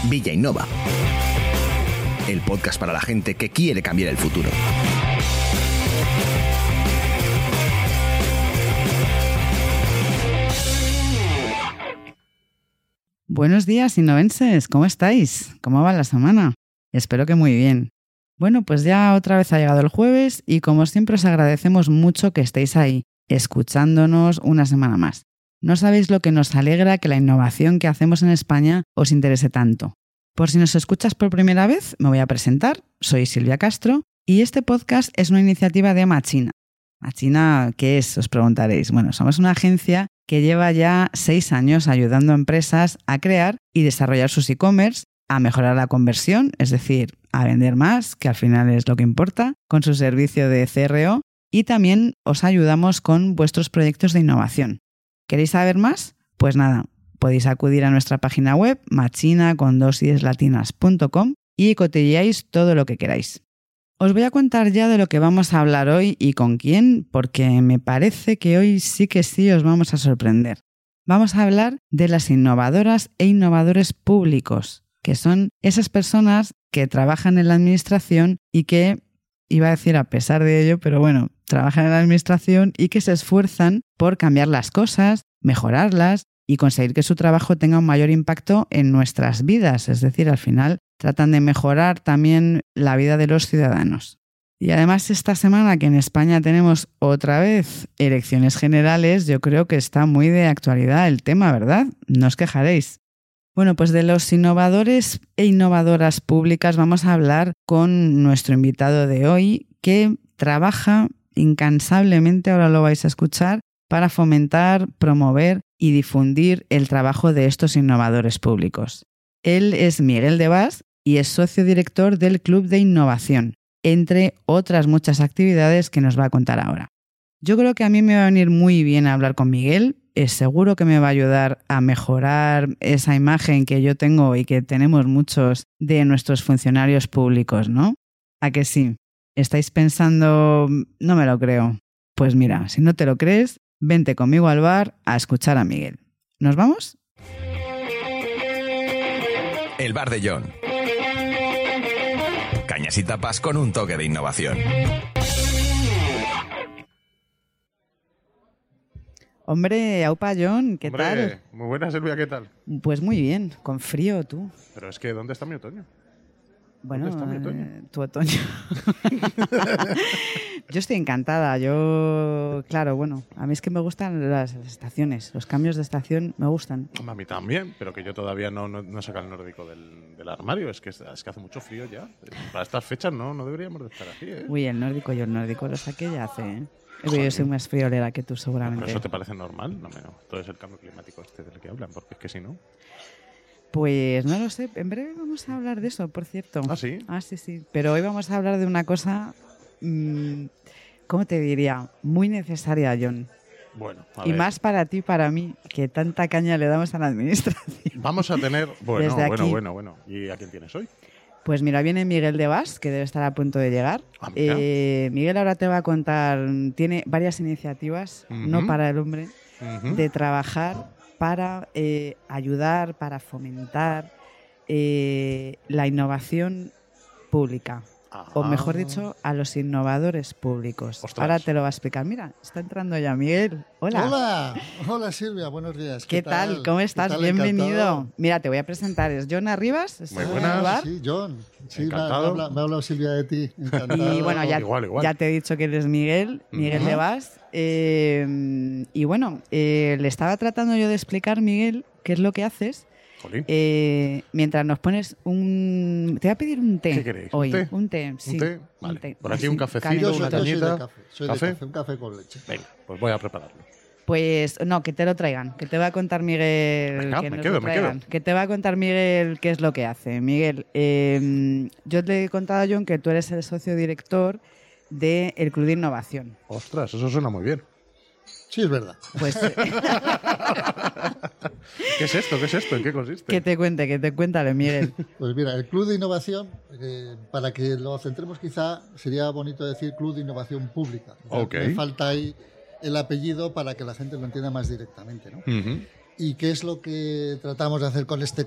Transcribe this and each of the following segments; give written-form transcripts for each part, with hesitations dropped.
Villa Innova, el podcast para la gente que quiere cambiar el futuro. Buenos días, innovenses, ¿cómo estáis? ¿Cómo va la semana? Espero que muy bien. Bueno, pues ya otra vez ha llegado el jueves y como siempre os agradecemos mucho que estéis ahí, escuchándonos una semana más. No sabéis lo que nos alegra que la innovación que hacemos en España os interese tanto. Por si nos escuchas por primera vez, me voy a presentar. Soy Silvia Castro y este podcast es una iniciativa de Machina. ¿Machina qué es? Os preguntaréis. Bueno, somos una agencia que lleva ya 6 años ayudando a empresas a crear y desarrollar sus e-commerce, a mejorar la conversión, es decir, a vender más, que al final es lo que importa, con su servicio de CRO, y también os ayudamos con vuestros proyectos de innovación. ¿Queréis saber más? Pues nada, podéis acudir a nuestra página web machina.com y cotilleáis todo lo que queráis. Os voy a contar ya de lo que vamos a hablar hoy y con quién, porque me parece que hoy sí os vamos a sorprender. Vamos a hablar de las innovadoras e innovadores públicos, que son esas personas que trabajan en la administración y que, iba a decir a pesar de ello, pero bueno, trabajan en la administración y que se esfuerzan por cambiar las cosas, mejorarlas y conseguir que su trabajo tenga un mayor impacto en nuestras vidas. Es decir, al final tratan de mejorar también la vida de los ciudadanos. Y además esta semana que en España tenemos otra vez elecciones generales, yo creo que está muy de actualidad el tema, ¿verdad? No os quejaréis. Bueno, pues de los innovadores e innovadoras públicas vamos a hablar con nuestro invitado de hoy, que trabaja incansablemente, ahora lo vais a escuchar, para fomentar, promover y difundir el trabajo de estos innovadores públicos. Él es Miguel de Bas y es socio director del Club de Innovación, entre otras muchas actividades que nos va a contar ahora. Yo creo que a mí me va a venir muy bien hablar con Miguel. Es seguro que me va a ayudar a mejorar esa imagen que yo tengo y que tenemos muchos de nuestros funcionarios públicos, ¿no? ¿A que sí? ¿Estáis pensando, no me lo creo? Pues mira, si no te lo crees, vente conmigo al bar a escuchar a Miguel. ¿Nos vamos? El bar de John. Cañas y tapas con un toque de innovación. Hombre, aupa John, ¿qué tal? Muy buena, Silvia, ¿qué tal? Pues muy bien, con frío tú. Pero es que, ¿dónde está mi otoño? Bueno, ¿Dónde está mi otoño? Tu otoño. Yo estoy encantada. Claro, bueno, a mí es que me gustan las estaciones. Los cambios de estación me gustan. A mí también, pero que yo todavía no saca el nórdico del armario. Es que hace mucho frío ya. Para estas fechas no deberíamos de estar aquí, ¿eh? Uy, el nórdico lo saqué ya hace, ¿eh? Yo soy más friolera que tú, seguramente. ¿Pero eso te parece normal? No. Todo es el cambio climático del que hablan, porque es que si no... Pues no lo sé. En breve vamos a hablar de eso, por cierto. ¿Ah, sí? Ah, sí. Pero hoy vamos a hablar de una cosa, ¿cómo te diría? Muy necesaria, John. Bueno, y más para ti y para mí, que tanta caña le damos a la administración. Vamos a tener... Bueno. ¿Y a quién tienes hoy? Pues mira, viene Miguel de Bas, que debe estar a punto de llegar. Miguel ahora te va a contar, tiene varias iniciativas, no para el hombre, de trabajar para ayudar, para fomentar la innovación pública. O mejor dicho, a los innovadores públicos. Ostras. Ahora te lo va a explicar. Mira, está entrando ya Miguel. Hola. Hola Silvia, buenos días. ¿Qué tal? ¿Cómo estás? Bienvenido. Encantado. Mira, te voy a presentar. Es John Arribas. Muy buenas. Sí, John. Sí, me Encantado. ha hablado Silvia de ti. Encantado. Y bueno, Igual. ya te he dicho que eres Miguel de Bas. Y bueno, le estaba tratando yo de explicar, Miguel, qué es lo que haces. Mientras nos pones un... Te voy a pedir un té. ¿Qué queréis? Hoy. ¿Un té? Sí. ¿Un té? Vale. Un té. Por aquí un cafecillo, Yo soy una de tañita. café. Soy de café, un café con leche. Venga, pues voy a prepararlo. Pues no, que te lo traigan, que te va a contar Miguel. Venga, que me nos quedo. lo traigan. Que te va a contar Miguel qué es lo que hace. Miguel, yo te he contado a John que tú eres el socio director del Club de Innovación. Ostras, eso suena muy bien. Sí, es verdad. Pues ¿Qué es esto? ¿En qué consiste? que te cuéntale, Miguel. Pues mira, el Club de Innovación, para que lo centremos quizá, sería bonito decir Club de Innovación Pública. Ok. Me falta ahí el apellido para que la gente lo entienda más directamente, ¿no? Uh-huh. ¿Y qué es lo que tratamos de hacer con este club?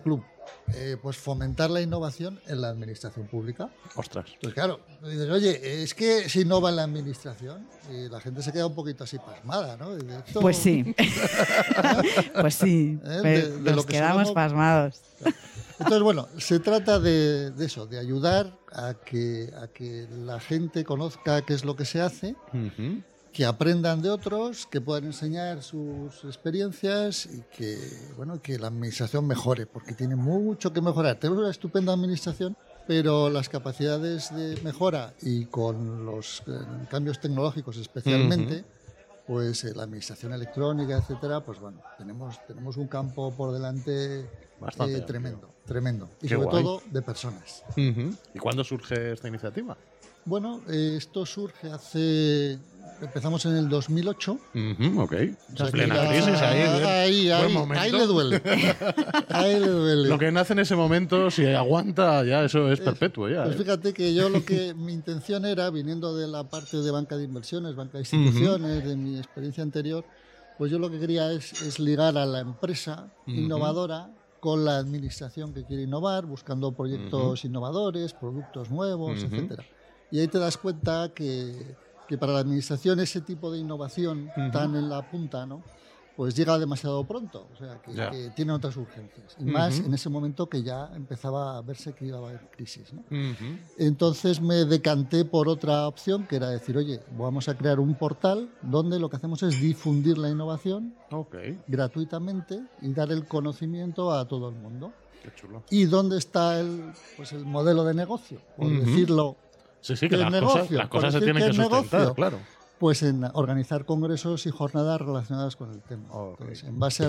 pues fomentar la innovación en la administración pública. Ostras. Pues claro, dices, oye, es que se innova en la administración y la gente se queda un poquito así pasmada, ¿no? Dice, esto- Pues sí. Pues sí. De Nos lo que quedamos solemos- pasmados. Entonces, bueno, se trata de eso, de ayudar a que la gente conozca qué es lo que se hace, Ujú. que aprendan de otros, que puedan enseñar sus experiencias y que, bueno, que la administración mejore, porque tiene mucho que mejorar. Tenemos una estupenda administración, pero las capacidades de mejora y con los cambios tecnológicos especialmente, pues la administración electrónica, etcétera, pues bueno, tenemos un campo por delante Bastante amplio. tremendo. Y Qué sobre guay. todo de personas. Ujú. ¿Y cuándo surge esta iniciativa? Bueno, esto surge empezamos en el 2008. Ok. O sea que Plena ya- crisis ahí. Buen momento. ahí le duele. Ahí le duele. Lo que nace en ese momento, si aguanta, ya eso es perpetuo. Ya, Pues fíjate que mi intención era, viniendo de la parte de banca de inversiones, banca de instituciones, de mi experiencia anterior, pues yo lo que quería es ligar a la empresa innovadora con la administración que quiere innovar, buscando proyectos innovadores, productos nuevos, etcétera. Y ahí te das cuenta que para la administración ese tipo de innovación tan en la punta, ¿no? Pues llega demasiado pronto, o sea, Ya. que tiene otras urgencias. Y más en ese momento que ya empezaba a verse que iba a haber crisis, ¿no? Ujú. Entonces me decanté por otra opción, que era decir, oye, vamos a crear un portal donde lo que hacemos es difundir la innovación Ok. gratuitamente y dar el conocimiento a todo el mundo. Qué chulo. ¿Y dónde está el modelo de negocio? Por decirlo, Sí, que ¿Qué las negocio? cosas Por se decir tienen que que es sustentar, negocio. claro. pues en organizar congresos y jornadas relacionadas con el tema. Ok. Entonces, en base a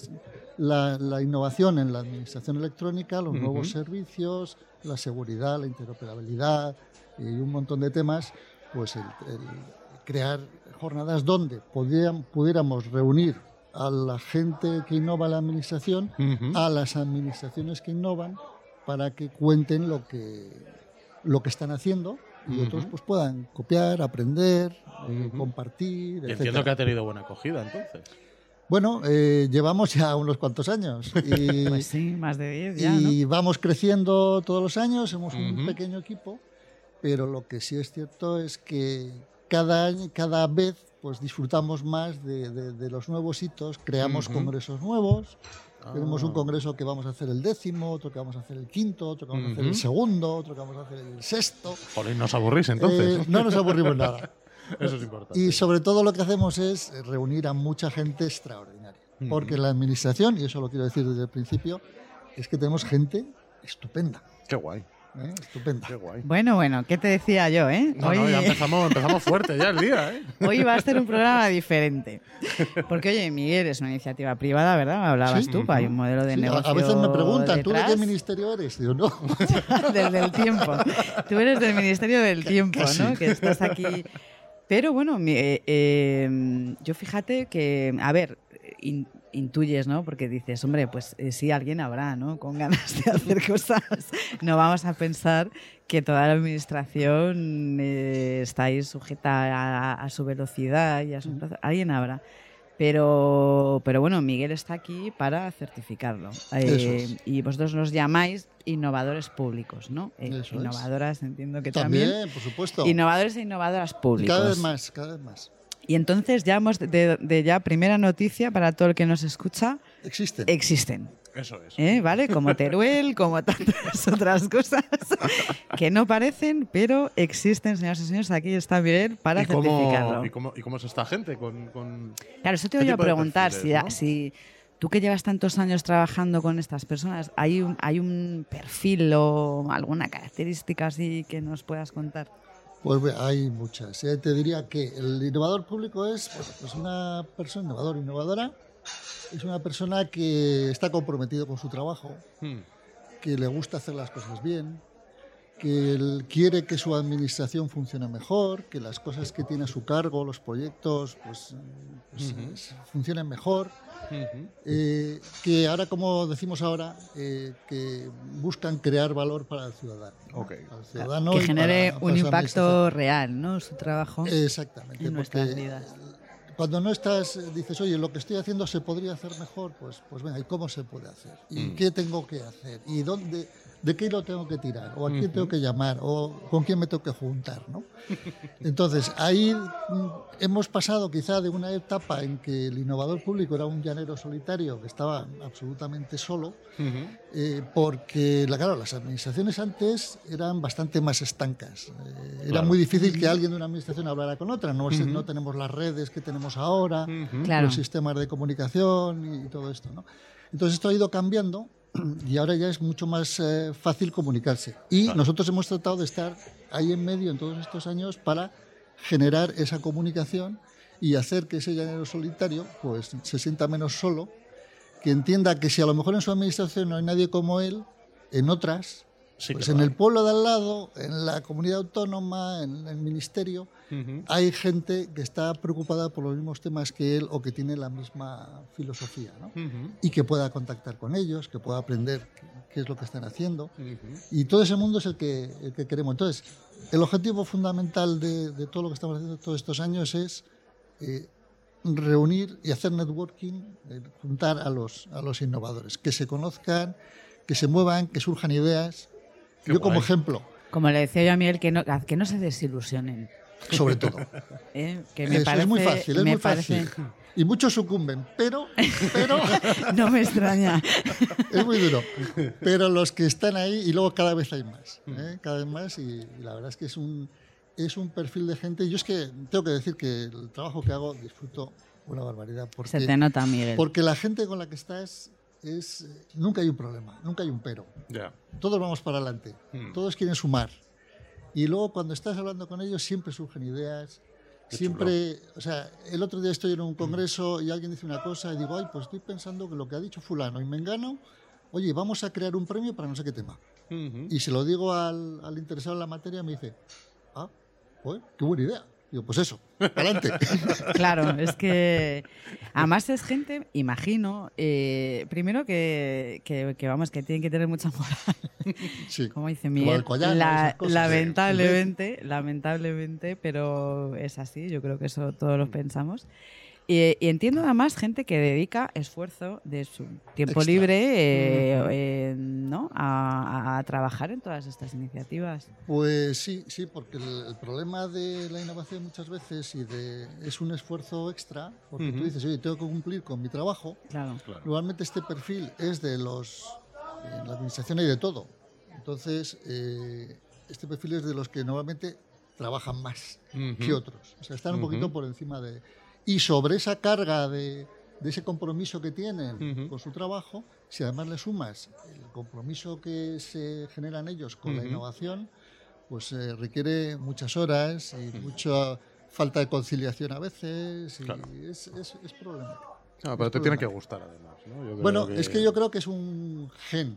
la innovación en la administración electrónica, los nuevos servicios, la seguridad, la interoperabilidad y un montón de temas, pues el crear jornadas donde pudiéramos reunir a la gente que innova la administración, a las administraciones que innovan, para que cuenten lo que están haciendo y otros pues puedan copiar, aprender, compartir, Y etcétera. entiendo que ha tenido buena acogida entonces. Bueno, llevamos ya unos cuantos años y, Pues sí, más de 10 ya, ¿no? y vamos creciendo todos los años, somos un pequeño equipo, pero lo que sí es cierto es que cada vez pues disfrutamos más de los nuevos hitos, creamos congresos nuevos. Tenemos un congreso que vamos a hacer el 10º, otro que vamos a hacer el 5º, otro que vamos a hacer el 2º, otro que vamos a hacer el 6º. Joder, no os aburrís entonces. No nos aburrimos nada. Eso es importante. Y sobre todo lo que hacemos es reunir a mucha gente extraordinaria. Porque la administración, y eso lo quiero decir desde el principio, es que tenemos gente estupenda. Qué guay. Estupenda. Qué guay. Bueno, ¿qué te decía yo, eh? No, ya empezamos fuerte ya el día, ¿eh? Hoy va a ser un programa diferente. Porque, oye, Miguel, es una iniciativa privada, ¿verdad? Hablabas Sí. tú, hay un modelo de Sí, negocio a veces me preguntan, ¿tú de qué detrás. ministerio eres? Digo, no. Desde el tiempo. Tú eres del Ministerio del Tiempo, Casi. ¿no? Que estás aquí. Pero bueno, yo fíjate que, a ver, intuyes, ¿no? Porque dices, hombre, pues sí, alguien habrá, ¿no? Con ganas de hacer cosas. No vamos a pensar que toda la administración está ahí sujeta a su velocidad y a su... Alguien habrá. Pero bueno, Miguel está aquí para certificarlo. Eso es. Y vosotros los llamáis innovadores públicos, ¿no? Eso es. Innovadoras, entiendo que También, por supuesto. Innovadores e innovadoras públicos. Cada vez más, cada vez más. Y entonces ya ya primera noticia para todo el que nos escucha, Existen. existen. Eso es. ¿Vale? Como Teruel, como tantas otras cosas que no parecen, pero existen, señoras y señores. Aquí está Miguel para certificarlo. ¿Y cómo es esta gente? Con... Claro, eso te ¿Qué voy a tipo de preguntar. perfiles, no? Si tú que llevas tantos años trabajando con estas personas, ¿hay un perfil o alguna característica así que nos puedas contar? Pues hay muchas. Te diría que el innovador público es pues una persona innovadora, es una persona que está comprometido con su trabajo, que le gusta hacer las cosas bien, que él quiere que su administración funcione mejor, que las cosas que tiene a su cargo, los proyectos, funcionen mejor. Que ahora, como decimos ahora, que buscan crear valor para el ciudadano. Okay. Para el ciudadano Que y genere para un su impacto real, ¿no? Su trabajo. administración. Exactamente. en nuestras porque vidas. cuando no estás, dices, oye, lo que estoy haciendo se podría hacer mejor, pues venga, ¿y cómo se puede hacer? ¿Y qué tengo que hacer? ¿Y de qué lo tengo que tirar? ¿O a quién tengo que llamar? ¿O con quién me tengo que juntar? ¿No? Entonces, ahí hemos pasado quizá de una etapa en que el innovador público era un llanero solitario que estaba absolutamente solo, porque, claro, las administraciones antes eran bastante más estancas. Era muy difícil que alguien de una administración hablara con otra. No tenemos las redes que tenemos ahora, los sistemas de comunicación y todo esto, ¿no? Entonces, esto ha ido cambiando. Y ahora ya es mucho más fácil comunicarse. Y nosotros hemos tratado de estar ahí en medio en todos estos años para generar esa comunicación y hacer que ese llanero solitario pues, se sienta menos solo, que entienda que si a lo mejor en su administración no hay nadie como él, en otras, pues en el pueblo de al lado, en la comunidad autónoma, en el ministerio, hay gente que está preocupada por los mismos temas que él o que tiene la misma filosofía, ¿no? Y que pueda contactar con ellos, que pueda aprender qué es lo que están haciendo. Y todo ese mundo es el que queremos. Entonces, el objetivo fundamental de todo lo que estamos haciendo todos estos años es reunir y hacer networking, juntar a los innovadores, que se conozcan, que se muevan, que surjan ideas. Yo como ejemplo. Como le decía yo a Miguel, que no se desilusionen. Sobre todo. Que me parece, es muy fácil. Y muchos sucumben, pero no me extraña. Es muy duro. Pero los que están ahí, y luego cada vez hay más. Cada vez más, y la verdad es que es un perfil de gente. Yo es que tengo que decir que el trabajo que hago disfruto una barbaridad. Porque, se te nota, Miguel. Porque la gente con la que estás nunca hay un problema, nunca hay un pero. Todos vamos para adelante, todos quieren sumar. Y luego cuando estás hablando con ellos siempre surgen ideas, o sea, el otro día estoy en un congreso y alguien dice una cosa y digo, ay, pues estoy pensando que lo que ha dicho fulano y mengano, oye, vamos a crear un premio para no sé qué tema. Y se lo digo al interesado en la materia y me dice, pues qué buena idea. Digo, pues eso, adelante. Claro, es que además es gente, imagino, primero que vamos, que tienen que tener mucha moral. Sí. Como dice Miguel, lamentablemente, pero es así, yo creo que eso todos lo pensamos. Y entiendo además gente que dedica esfuerzo de su tiempo libre ¿no? a trabajar en todas estas iniciativas. Pues sí, porque el problema de la innovación muchas veces es un esfuerzo extra, porque tú dices, oye, tengo que cumplir con mi trabajo. Claro. Normalmente este perfil es en la administración hay de todo. Entonces, este perfil es de los que normalmente trabajan más que otros. O sea, están un poquito por encima de... Y sobre esa carga de ese compromiso que tienen con su trabajo, si además le sumas el compromiso que se generan ellos con la innovación, pues requiere muchas horas y mucha falta de conciliación a veces, y es problemático. No, pero te tiene que gustar además, ¿no? Es que yo creo que es un gen.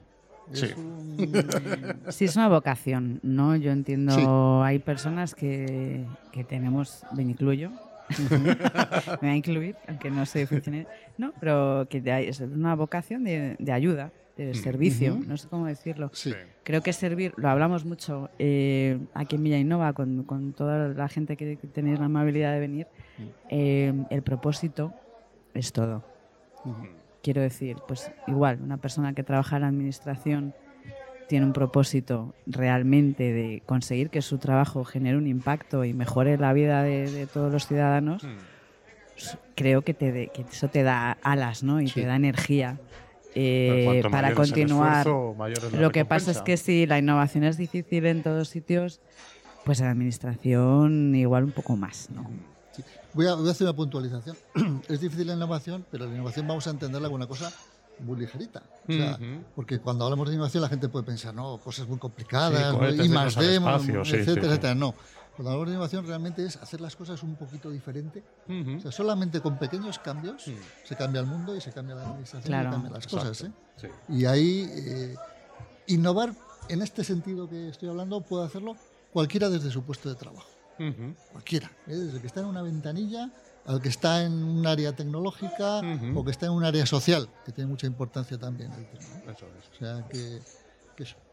Sí, es una vocación, ¿no? Yo entiendo, hay personas que tenemos, me incluyo, me va a incluir, aunque no soy funcionario, no, pero que es una vocación de ayuda, de servicio, no sé cómo decirlo. Sí. Creo que servir, lo hablamos mucho aquí en Villa Innova con toda la gente que tenéis la amabilidad de venir, el propósito es todo. Quiero decir, pues igual, una persona que trabaja en la administración tiene un propósito realmente de conseguir que su trabajo genere un impacto y mejore la vida de todos los ciudadanos, creo que eso te da alas, ¿no? Y te da energía para continuar. Lo que pasa es que si la innovación es difícil en todos sitios, pues en la administración igual un poco más, ¿no? Sí. Voy a hacer una puntualización. Es difícil la innovación, pero la innovación vamos a entenderla como una cosa muy ligerita. O sea, porque cuando hablamos de innovación la gente puede pensar, no, cosas muy complicadas, y más etcétera. No. Cuando hablamos de innovación realmente es hacer las cosas un poquito diferente. O sea, solamente con pequeños cambios se cambia el mundo y se cambia la administración y cambian las cosas. Sí. Y ahí innovar en este sentido que estoy hablando puede hacerlo cualquiera desde su puesto de trabajo. Cualquiera, desde que está en una ventanilla al que está en un área tecnológica o que está en un área social, que tiene mucha importancia también el tema, ¿no? Eso es. O sea, que eso.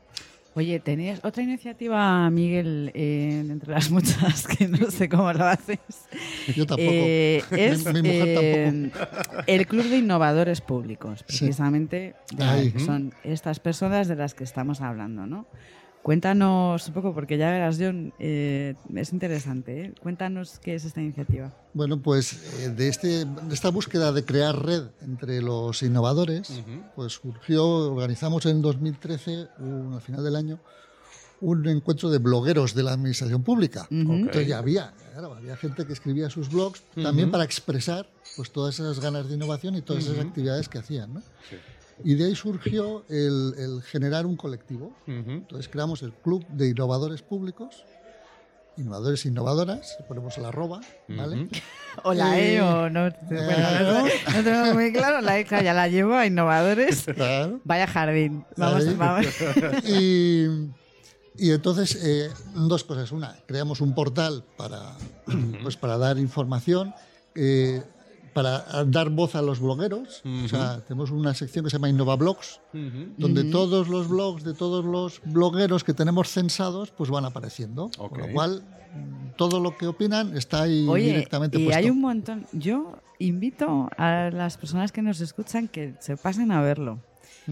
Oye, tenías otra iniciativa, Miguel, entre las muchas, que no sé cómo lo haces. Yo tampoco. Es mi mujer tampoco. el Club de Innovadores Públicos, precisamente Ahí. son estas personas de las que estamos hablando, ¿no? Cuéntanos un poco, porque ya verás, John, es interesante, ¿eh? Cuéntanos qué es esta iniciativa. Bueno, pues de esta búsqueda de crear red entre los innovadores, pues organizamos en 2013, al final del año, un encuentro de blogueros de la administración pública. Entonces ya había gente que escribía sus blogs también para expresar pues todas esas ganas de innovación y todas esas actividades que hacían, ¿no? Sí. Y de ahí surgió el generar un colectivo. Entonces creamos el Club de Innovadores Públicos, innovadores e innovadoras, ponemos el @ ¿vale? O la E o no. Bueno, no tengo muy claro. La E ya la llevo a innovadores. Claro. Vaya jardín. Vamos. Y entonces, dos cosas. Una, creamos un portal para dar información, para dar voz a los blogueros. O sea, tenemos una sección que se llama InnovaBlogs, donde todos los blogs de todos los blogueros que tenemos censados pues van apareciendo. Con lo cual, todo lo que opinan está ahí directamente puesto. Y hay un montón. Yo invito a las personas que nos escuchan que se pasen a verlo.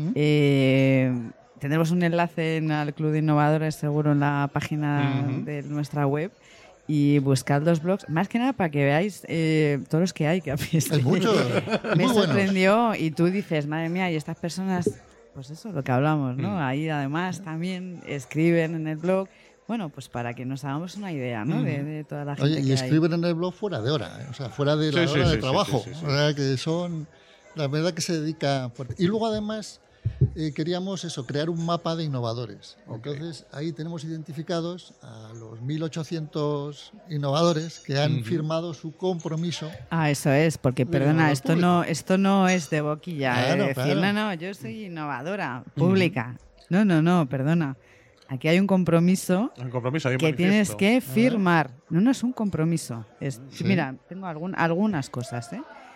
Tendremos un enlace al Club de Innovadores seguro en la página de nuestra web. Y buscad los blogs, más que nada para que veáis todos los que hay. Que hay muchos. Me sorprendió y tú dices, madre mía, y estas personas, pues eso, lo que hablamos, ¿no? Ahí además también escriben en el blog, bueno, pues para que nos hagamos una idea, ¿no? De toda la gente. Oye, y escriben en el blog fuera de hora, o sea, fuera de la hora de trabajo. O sea, que son, la verdad que se dedica fuerte. Y luego además queríamos crear un mapa de innovadores. Entonces ahí tenemos identificados a los 1.800 innovadores que han firmado su compromiso. Eso es, porque perdona, esto no es de boquilla. Claro, decir, no, yo soy innovadora pública. No, perdona. Aquí hay un compromiso, que tienes que firmar. No es un compromiso. Mira, tengo algunas cosas,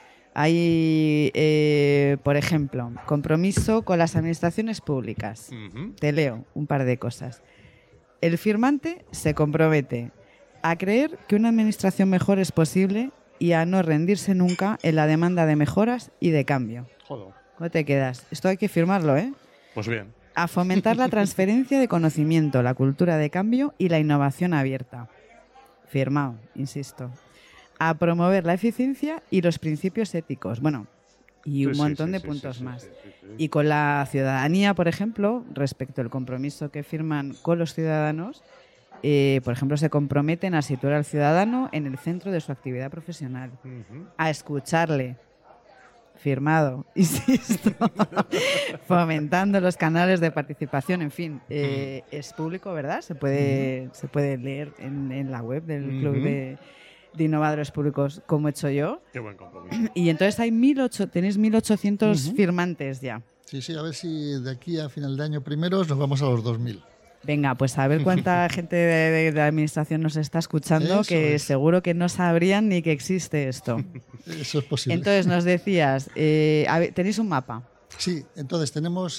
Hay, por ejemplo, compromiso con las administraciones públicas. Te leo un par de cosas. El firmante se compromete a creer que una administración mejor es posible y a no rendirse nunca en la demanda de mejoras y de cambio. Joder. ¿Cómo te quedas? Esto hay que firmarlo, ¿eh? Pues bien. A fomentar la transferencia de conocimiento, la cultura de cambio y la innovación abierta. Firmado, insisto. A promover la eficiencia y los principios éticos. Bueno, y un montón de puntos más. Y con la ciudadanía, por ejemplo, respecto al compromiso que firman con los ciudadanos, por ejemplo, se comprometen a situar al ciudadano en el centro de su actividad profesional, a escucharle. Firmado, insisto, fomentando los canales de participación, en fin, es público, ¿verdad? Se puede leer en la web del Club de Innovadores Públicos, como he hecho yo. Qué buen compromiso. Y entonces tenéis 1.800 firmantes ya. Sí, a ver si de aquí a final de año primeros nos vamos a los 2.000. Venga, pues a ver cuánta gente de la administración nos está escuchando, seguro que no sabrían ni que existe esto. Eso es posible. Entonces nos decías, tenéis un mapa. Sí, entonces creamos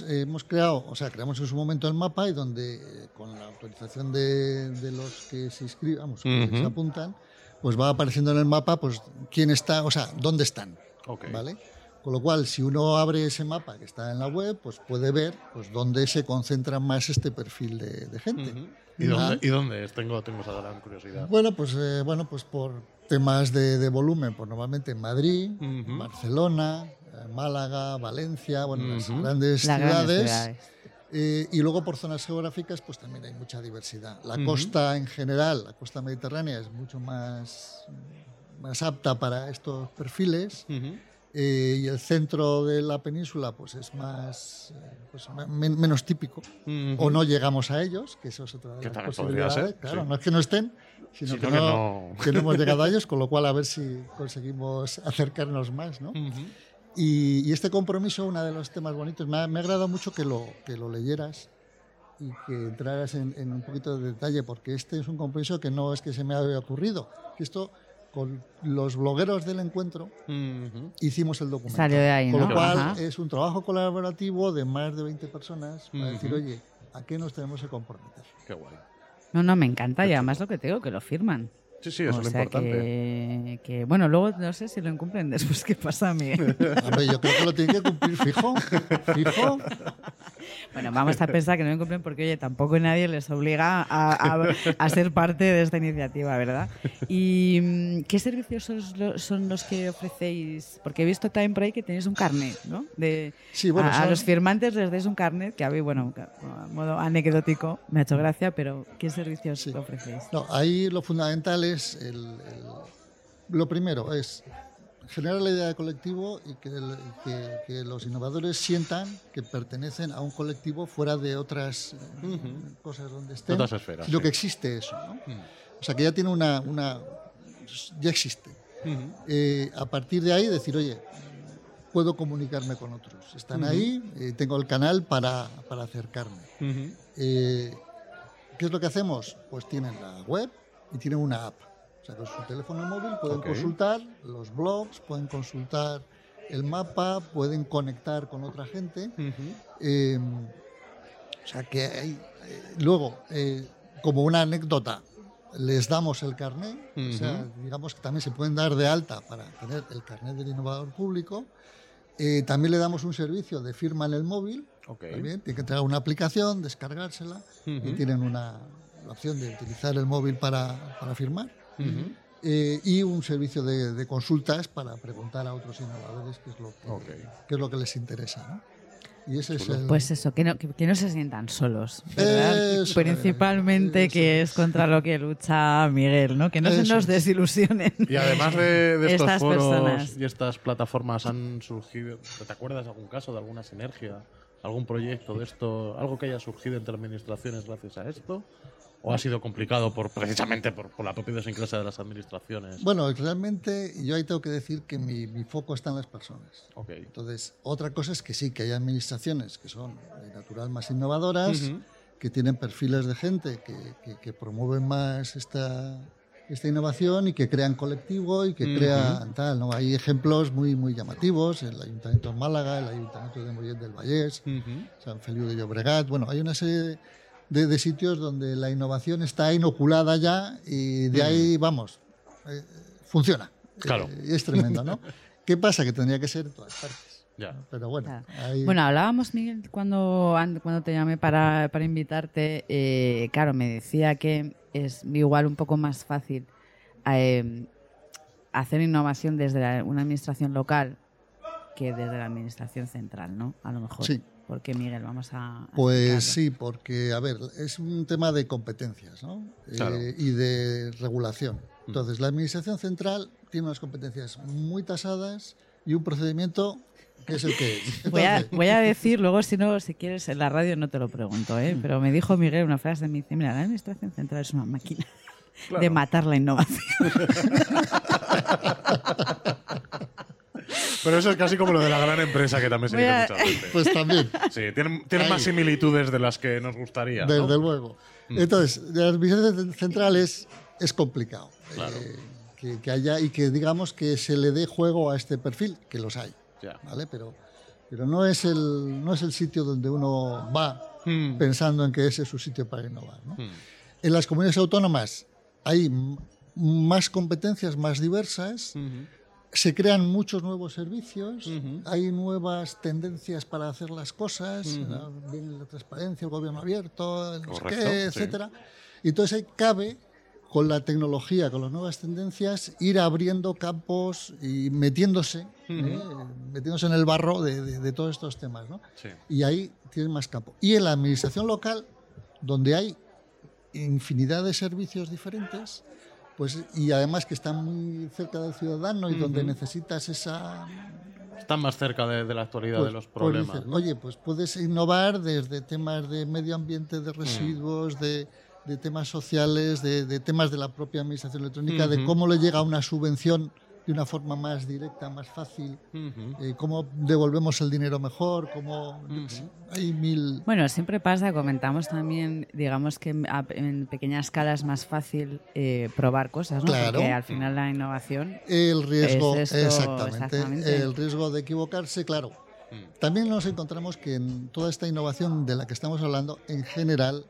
en su momento el mapa y donde con la autorización de los que se inscriban, que se apuntan, pues va apareciendo en el mapa pues quién está, o sea, dónde están, ¿vale? Con lo cual, si uno abre ese mapa que está en la web, pues puede ver pues dónde se concentra más este perfil de gente. ¿Y dónde es? Tengo esa gran curiosidad. Bueno, pues por temas de volumen, pues normalmente en Madrid, Barcelona, Málaga, Valencia, las grandes ciudades. Y luego por zonas geográficas, pues también hay mucha diversidad. La costa en general, la costa mediterránea, es mucho más apta para estos perfiles. Y el centro de la península pues es más menos típico, o no llegamos a ellos, que eso es otra de las posibilidades. Claro, no es que no estén, sino que no hemos llegado a ellos, con lo cual a ver si conseguimos acercarnos más, ¿no? Y este compromiso, uno de los temas bonitos, me ha agradado mucho que lo leyeras y que entraras en un poquito de detalle, porque este es un compromiso que no es que se me haya ocurrido, que esto con los blogueros del encuentro hicimos el documento. Salió de ahí, con lo cual es un trabajo colaborativo de más de 20 personas para decir, oye, a qué nos tenemos que comprometer. Qué guay. No, me encanta y además lo que te digo, que lo firman. Sí, eso es lo importante. Que, bueno, luego no sé si lo incumplen después. ¿Qué pasa a mí? Hombre, yo creo que lo tienen que cumplir fijo. Bueno, vamos a pensar que no lo incumplen porque, oye, tampoco nadie les obliga a ser parte de esta iniciativa, ¿verdad? ¿Y qué servicios son los que ofrecéis? Porque he visto también por ahí que tenéis un carnet, ¿no? Sí, bueno, a los firmantes les dais un carnet que a mí, bueno, a modo anecdótico, me ha hecho gracia, pero ¿qué servicios ofrecéis? No, ahí lo fundamental es lo primero es generar la idea de colectivo y que los innovadores sientan que pertenecen a un colectivo fuera de otras cosas donde estén. Otras esferas. Lo que existe eso, ¿no? O sea, que ya tiene ya existe. A partir de ahí decir, oye, puedo comunicarme con otros. Están ahí, tengo el canal para acercarme. ¿Qué es lo que hacemos? Pues tienen la web y tienen una app. O sea, con su teléfono móvil pueden consultar los blogs, pueden consultar el mapa, pueden conectar con otra gente. O sea, que hay, luego, como una anécdota, les damos el carnet. O sea, digamos que también se pueden dar de alta para tener el carnet del innovador público. También le damos un servicio de firma en el móvil. También tienen que entregar una aplicación, descargársela y tienen la opción de utilizar el móvil para firmar. Y un servicio de consultas para preguntar a otros innovadores qué es lo que les interesa, ¿no? Y ese es Pues eso, que no se sientan solos, ¿verdad? Principalmente que es contra lo que lucha Miguel, ¿no? Que no se nos desilusionen. Y además de estos foros personas y estas plataformas han surgido, ¿te acuerdas de algún caso, de alguna sinergia, algún proyecto de esto, algo que haya surgido entre administraciones gracias a esto? ¿O ha sido complicado precisamente por la propia idiosincrasia de las administraciones? Bueno, realmente yo ahí tengo que decir que mi foco está en las personas. Entonces, otra cosa es que sí, que hay administraciones que son de natural más innovadoras, que tienen perfiles de gente que promueven más esta innovación y que crean colectivo y que crean tal, ¿no? Hay ejemplos muy, muy llamativos, el Ayuntamiento de Málaga, el Ayuntamiento de Mollet del Vallès, San Feliu de Llobregat. Bueno, hay una serie de sitios donde la innovación está inoculada ya y de ahí, vamos, funciona. Claro. Es tremendo, ¿no? ¿Qué pasa? Que tendría que ser en todas partes. Ya. Pero bueno. Claro. Ahí... Bueno, hablábamos, Miguel, cuando te llamé para invitarte, claro, me decía que es igual un poco más fácil hacer innovación desde una administración local que desde la administración central, ¿no? A lo mejor. Sí. ¿Por qué, Miguel? Vamos a Pues sí, porque, a ver, es un tema de competencias, ¿no? Claro. Y de regulación. Entonces, la administración central tiene unas competencias muy tasadas y un procedimiento que es el que es. Entonces, voy a decir, luego si quieres en la radio no te lo pregunto, pero me dijo Miguel una frase, me dice, mira, la administración central es una máquina de matar la innovación. Pero eso es casi como lo de la gran empresa, que también se dice muchas veces. pues también. Sí, tienen más similitudes de las que nos gustaría, ¿no? Desde luego. Entonces, de las administraciones centrales es complicado. Claro. Que haya y que digamos que se le dé juego a este perfil, que los hay. Ya. ¿Vale? Pero no es el sitio donde uno va pensando en que ese es su sitio para innovar, ¿no? En las comunidades autónomas hay más competencias, más diversas. Se crean muchos nuevos servicios, hay nuevas tendencias para hacer las cosas, viene la transparencia, el gobierno abierto, no sé qué, etcétera. Y entonces ahí cabe, con la tecnología, con las nuevas tendencias, ir abriendo campos y metiéndose en el barro de todos estos temas, ¿no? Sí. Y ahí tiene más campo. Y en la administración local, donde hay infinidad de servicios diferentes, pues, y además que están muy cerca del ciudadano y donde necesitas esa... Están más cerca de la actualidad pues, de los problemas. Pues dices, ¿no? oye, pues puedes innovar desde temas de medio ambiente, de residuos, de temas sociales, de temas de la propia administración electrónica, de cómo le llega una subvención de una forma más directa, más fácil, cómo devolvemos el dinero mejor, cómo... Hay mil... Bueno, siempre pasa, comentamos también, digamos que en pequeña escala es más fácil probar cosas, ¿no? Claro. Porque al final la innovación El riesgo, es esto, exactamente. El riesgo de equivocarse, claro. También nos encontramos que en toda esta innovación de la que estamos hablando, en general,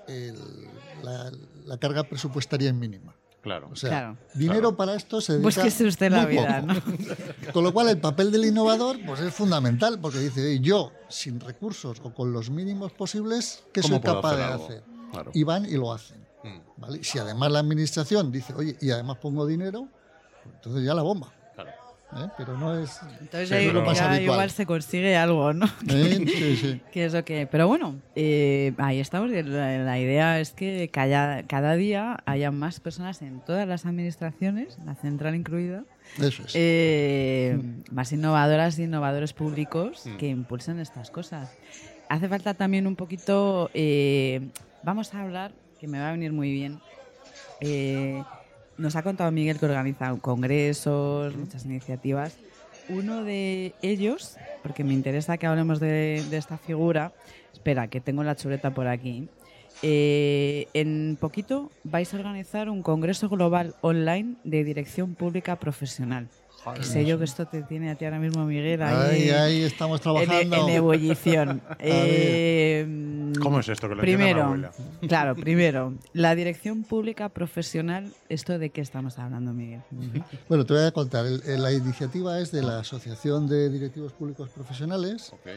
la carga presupuestaria es mínima. Claro. O sea, Claro. dinero para esto se dedica Búsquese usted la muy vida, poco. ¿no? Con lo cual, el papel del innovador pues, es fundamental, porque dice, "Oye, yo, sin recursos o con los mínimos posibles, ¿qué ¿Cómo soy puedo capaz de hacer algo? hacer?". Claro. Y van y lo hacen. ¿Vale? Si además la administración dice, oye, y además pongo dinero, pues entonces ya la bomba. Claro. Pero no es... Entonces Sí, ahí pero- ya habitual. igual se consigue algo, ¿no? Sí, sí. Que es lo que... Pero bueno, ahí estamos. La idea es que cada día haya más personas en todas las administraciones, la central incluida, Eso es. más innovadoras e innovadores públicos que impulsen estas cosas. Hace falta también un poquito... vamos a hablar, que me va a venir muy bien. Nos ha contado Miguel que organiza congresos, muchas iniciativas. Uno de ellos, porque me interesa que hablemos de esta figura, espera, que tengo la chuleta por aquí. En poquito vais a organizar un congreso global online de dirección pública profesional. Que sé yo que esto te tiene a ti ahora mismo, Miguel, Ahí estamos trabajando. en ebullición. ¿Cómo es esto que lo entiende mi Primero, abuela? claro, primero, la dirección pública profesional, ¿esto de qué estamos hablando, Miguel? Bueno, te voy a contar. La iniciativa es de la Asociación de Directivos Públicos Profesionales. Ok.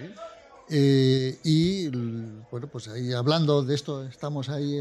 Bueno, pues ahí hablando de esto, estamos ahí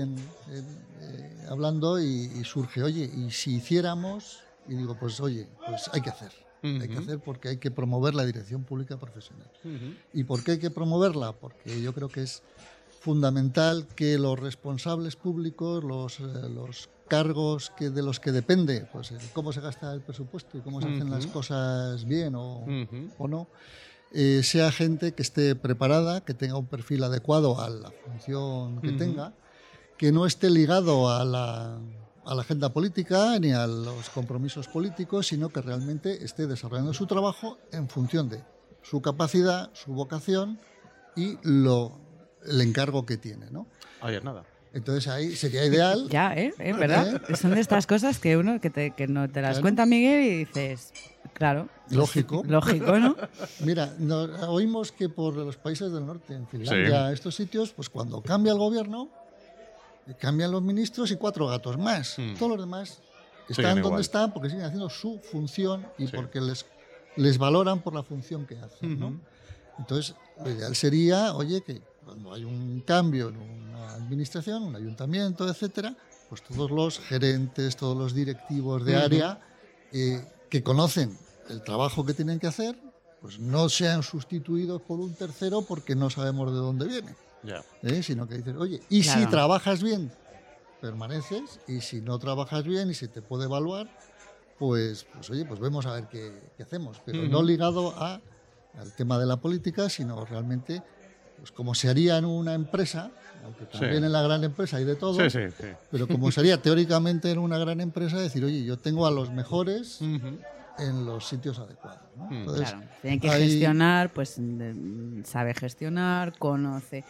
hablando y surge, oye, ¿y si hiciéramos? Y digo, pues oye, pues hay que hacer. Hay que hacer porque hay que promover la dirección pública profesional. ¿Y por qué hay que promoverla? Porque yo creo que es fundamental que los responsables públicos, los cargos de los que depende, pues cómo se gasta el presupuesto y cómo se hacen las cosas bien o no, sea gente que esté preparada, que tenga un perfil adecuado a la función que tenga, que no esté ligado a la agenda política ni a los compromisos políticos, sino que realmente esté desarrollando su trabajo en función de su capacidad, su vocación y el encargo que tiene, ¿no? Ahí es nada. Entonces ahí sería ideal. Ya, ¿verdad? Son de estas cosas que uno que no te las cuenta Miguel y dices, claro. Lógico. Lógico, ¿no? Mira, oímos que por los países del norte, en Finlandia, estos sitios, pues cuando cambia el gobierno, cambian los ministros y 4 gatos más. Todos los demás están donde igual. están porque siguen haciendo su función y porque les valoran por la función que hacen, ¿no? Entonces, lo ideal sería, oye, que cuando hay un cambio en una administración, un ayuntamiento, etcétera, pues todos los gerentes, todos los directivos de área que conocen el trabajo que tienen que hacer, pues no sean sustituidos por un tercero porque no sabemos de dónde viene. Ya. Sino que dices, oye, y Claro. si trabajas bien, permaneces, y si no trabajas bien y se te puede evaluar, pues oye, pues vemos a ver qué hacemos, pero no ligado al tema de la política, sino realmente pues como se haría en una empresa, aunque también en la gran empresa hay de todo, Sí. pero como se haría teóricamente en una gran empresa, decir, oye, yo tengo a los mejores en los sitios adecuados, ¿no? Entonces, Claro, tiene que ahí- gestionar, pues sabe gestionar, conoce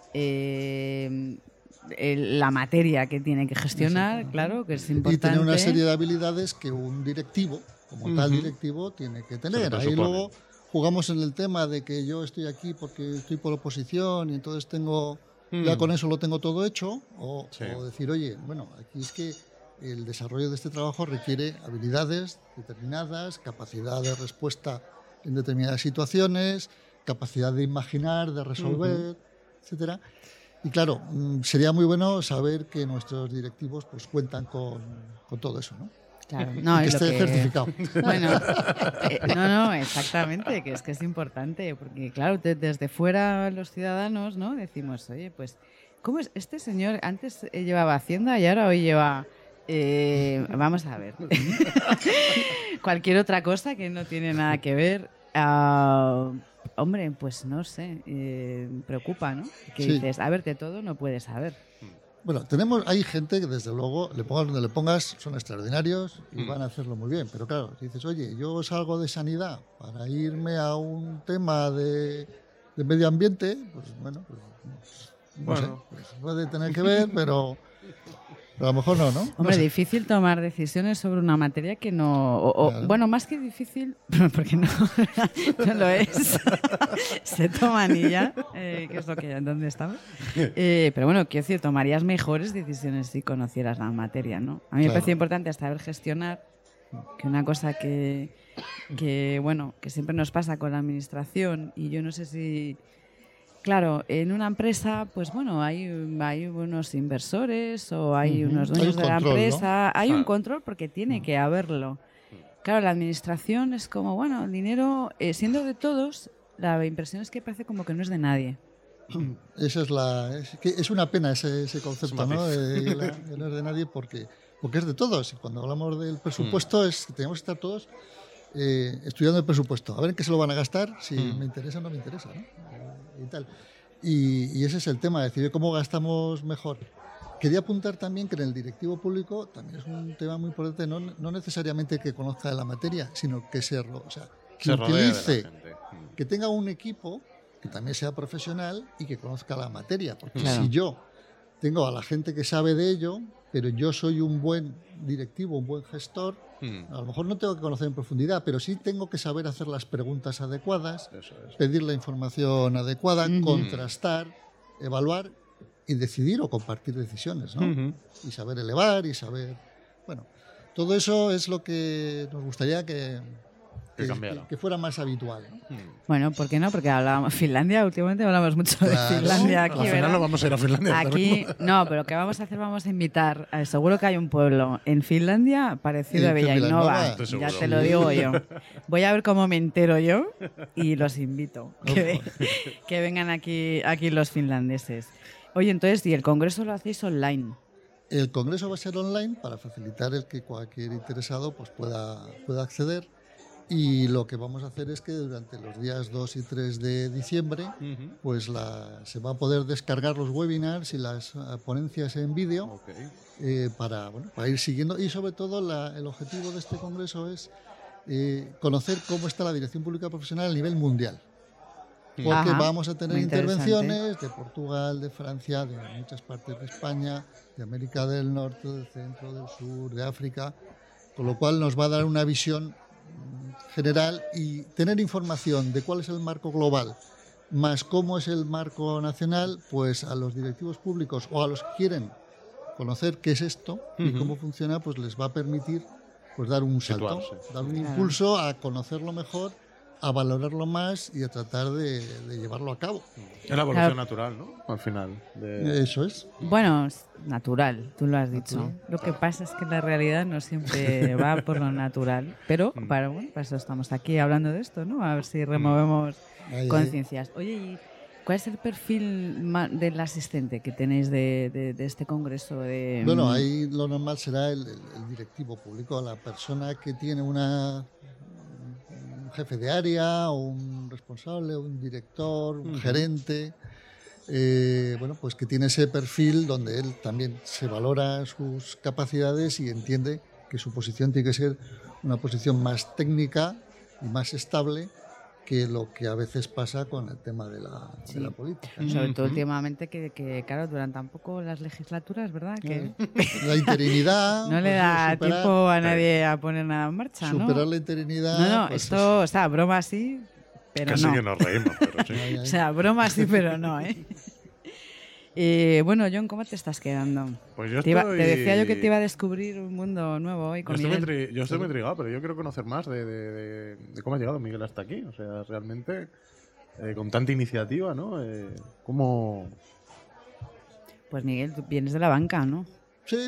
la materia que tiene que gestionar, claro, que es y importante. tener una serie de habilidades que un directivo, como tal directivo, tiene que tener. Se Ahí presupone. luego jugamos en el tema de que yo estoy aquí porque estoy por oposición y entonces ya con eso lo tengo todo hecho, o decir, oye, bueno, aquí es que el desarrollo de este trabajo requiere habilidades determinadas, capacidad de respuesta en determinadas situaciones, capacidad de imaginar, de resolver, etcétera. Y claro, sería muy bueno saber que nuestros directivos pues cuentan con todo eso, ¿no? Claro, no, Y que es lo esté certificado. Bueno, no, exactamente, que es importante, porque claro, desde fuera los ciudadanos, ¿no? Decimos, oye, pues, ¿cómo es? Este señor antes llevaba Hacienda y ahora hoy lleva... vamos a ver. Cualquier otra cosa que no tiene nada que ver. Hombre, pues no sé, preocupa, ¿no? Que Sí. dices, a ver, de todo no puedes saber. Bueno, hay gente que desde luego, le pongas donde le pongas, son extraordinarios y van a hacerlo muy bien. Pero claro, si dices, oye, yo salgo de sanidad para irme a un tema de medio ambiente, pues bueno, no sé, pues puede tener que ver, pero Pero a lo mejor no, ¿no? Hombre, No sé. difícil tomar decisiones sobre una materia que no... Claro. Bueno, más que difícil, porque no, no lo es. Se toman y ya, que es lo que... ¿Dónde estaba? Pero bueno, quiero decir, tomarías mejores decisiones si conocieras la materia, ¿no? A mí me Claro. parece importante saber gestionar, que una cosa que bueno, que siempre nos pasa con la administración, y yo no sé si... Claro, en una empresa, pues bueno, hay unos inversores o hay unos dueños Hay un de la control, ¿no? empresa. Hay un Claro. control porque tiene que haberlo. Claro, la administración es como, bueno, el dinero, siendo de todos, la impresión es que parece como que no es de nadie. Esa es una pena ese concepto, ¿no? El no es de nadie porque es de todos. Y cuando hablamos del presupuesto es que tenemos que estar todos estudiando el presupuesto, a ver en qué se lo van a gastar, si me interesa o no me interesa, ¿no? Y tal. Y ese es el tema, decidir cómo gastamos mejor. Quería apuntar también que en el directivo público también es un tema muy importante, no necesariamente que conozca de la materia, sino que que Se rodea de la utilice, gente. que tenga un equipo que también sea profesional y que conozca la materia. Porque Claro. si yo tengo a la gente que sabe de ello, pero yo soy un buen directivo, un buen gestor, a lo mejor no tengo que conocer en profundidad, pero sí tengo que saber hacer las preguntas adecuadas, Eso es. pedir la información adecuada, contrastar, evaluar y decidir o compartir decisiones, ¿no? Y saber elevar y saber... Bueno, todo eso es lo que nos gustaría que cambiara. que fuera más habitual, ¿no? Bueno, ¿por qué no? Porque hablábamos Finlandia, últimamente hablamos mucho de Claro. Finlandia aquí, Al final ¿verdad? no vamos a ir a Finlandia. Aquí, no, pero ¿qué vamos a hacer? Vamos a invitar, seguro que hay un pueblo en Finlandia parecido a En Villainova, Villainova. Estoy ya seguro. te lo digo yo. Voy a ver cómo me entero yo y los invito, que vengan aquí los finlandeses. Oye, entonces, ¿y el congreso lo hacéis online? El congreso va a ser online para facilitar el que cualquier interesado pues pueda acceder. Y lo que vamos a hacer es que durante los días 2 y 3 de diciembre pues se va a poder descargar los webinars y las ponencias en vídeo Ok. para ir siguiendo. Y sobre todo el objetivo de este congreso es conocer cómo está la dirección pública profesional a nivel mundial. Porque Ajá, vamos a tener muy interesante. intervenciones de Portugal, de Francia, de muchas partes de España, de América del Norte, del Centro, del Sur, de África, con lo cual nos va a dar una visión general y tener información de cuál es el marco global más cómo es el marco nacional, pues a los directivos públicos o a los que quieren conocer qué es esto y cómo funciona, pues les va a permitir pues dar un salto, Situarse. dar un impulso a conocerlo mejor, a valorarlo más y a tratar de llevarlo a cabo. Es la evolución Claro. natural, ¿no? Al final. De... Eso es. Bueno, es natural, tú lo has dicho. Lo que pasa es que la realidad no siempre va por lo natural. Pero para eso estamos aquí hablando de esto, ¿no? A ver si removemos Ahí, conciencias. Oye, ¿y cuál es el perfil del asistente que tenéis de este congreso? Bueno, ahí lo normal será el directivo público, la persona que tiene un jefe de área, o un responsable, un director, un gerente, pues que tiene ese perfil donde él también se valora sus capacidades y entiende que su posición tiene que ser una posición más técnica y más estable que lo que a veces pasa con el tema de la política. Sobre todo últimamente que, claro, duran tan poco las legislaturas, ¿verdad? Que La interinidad. no le pues, da superar- tiempo a nadie a poner nada en marcha, ¿no? Superar la interinidad. No, pues, esto, o sea, broma sí, pero Casi no. que nos reímos, pero sí. ahí, O sea, broma sí, pero no, ¿eh? Bueno, John, ¿cómo te estás quedando? Pues yo Te estoy... decía yo que te iba a descubrir un mundo nuevo hoy con Miguel. Yo estoy muy intrigado, pero yo quiero conocer más de cómo ha llegado Miguel hasta aquí. O sea, realmente, con tanta iniciativa, ¿no? ¿Cómo...? Pues Miguel, tú vienes de la banca, ¿no? Sí.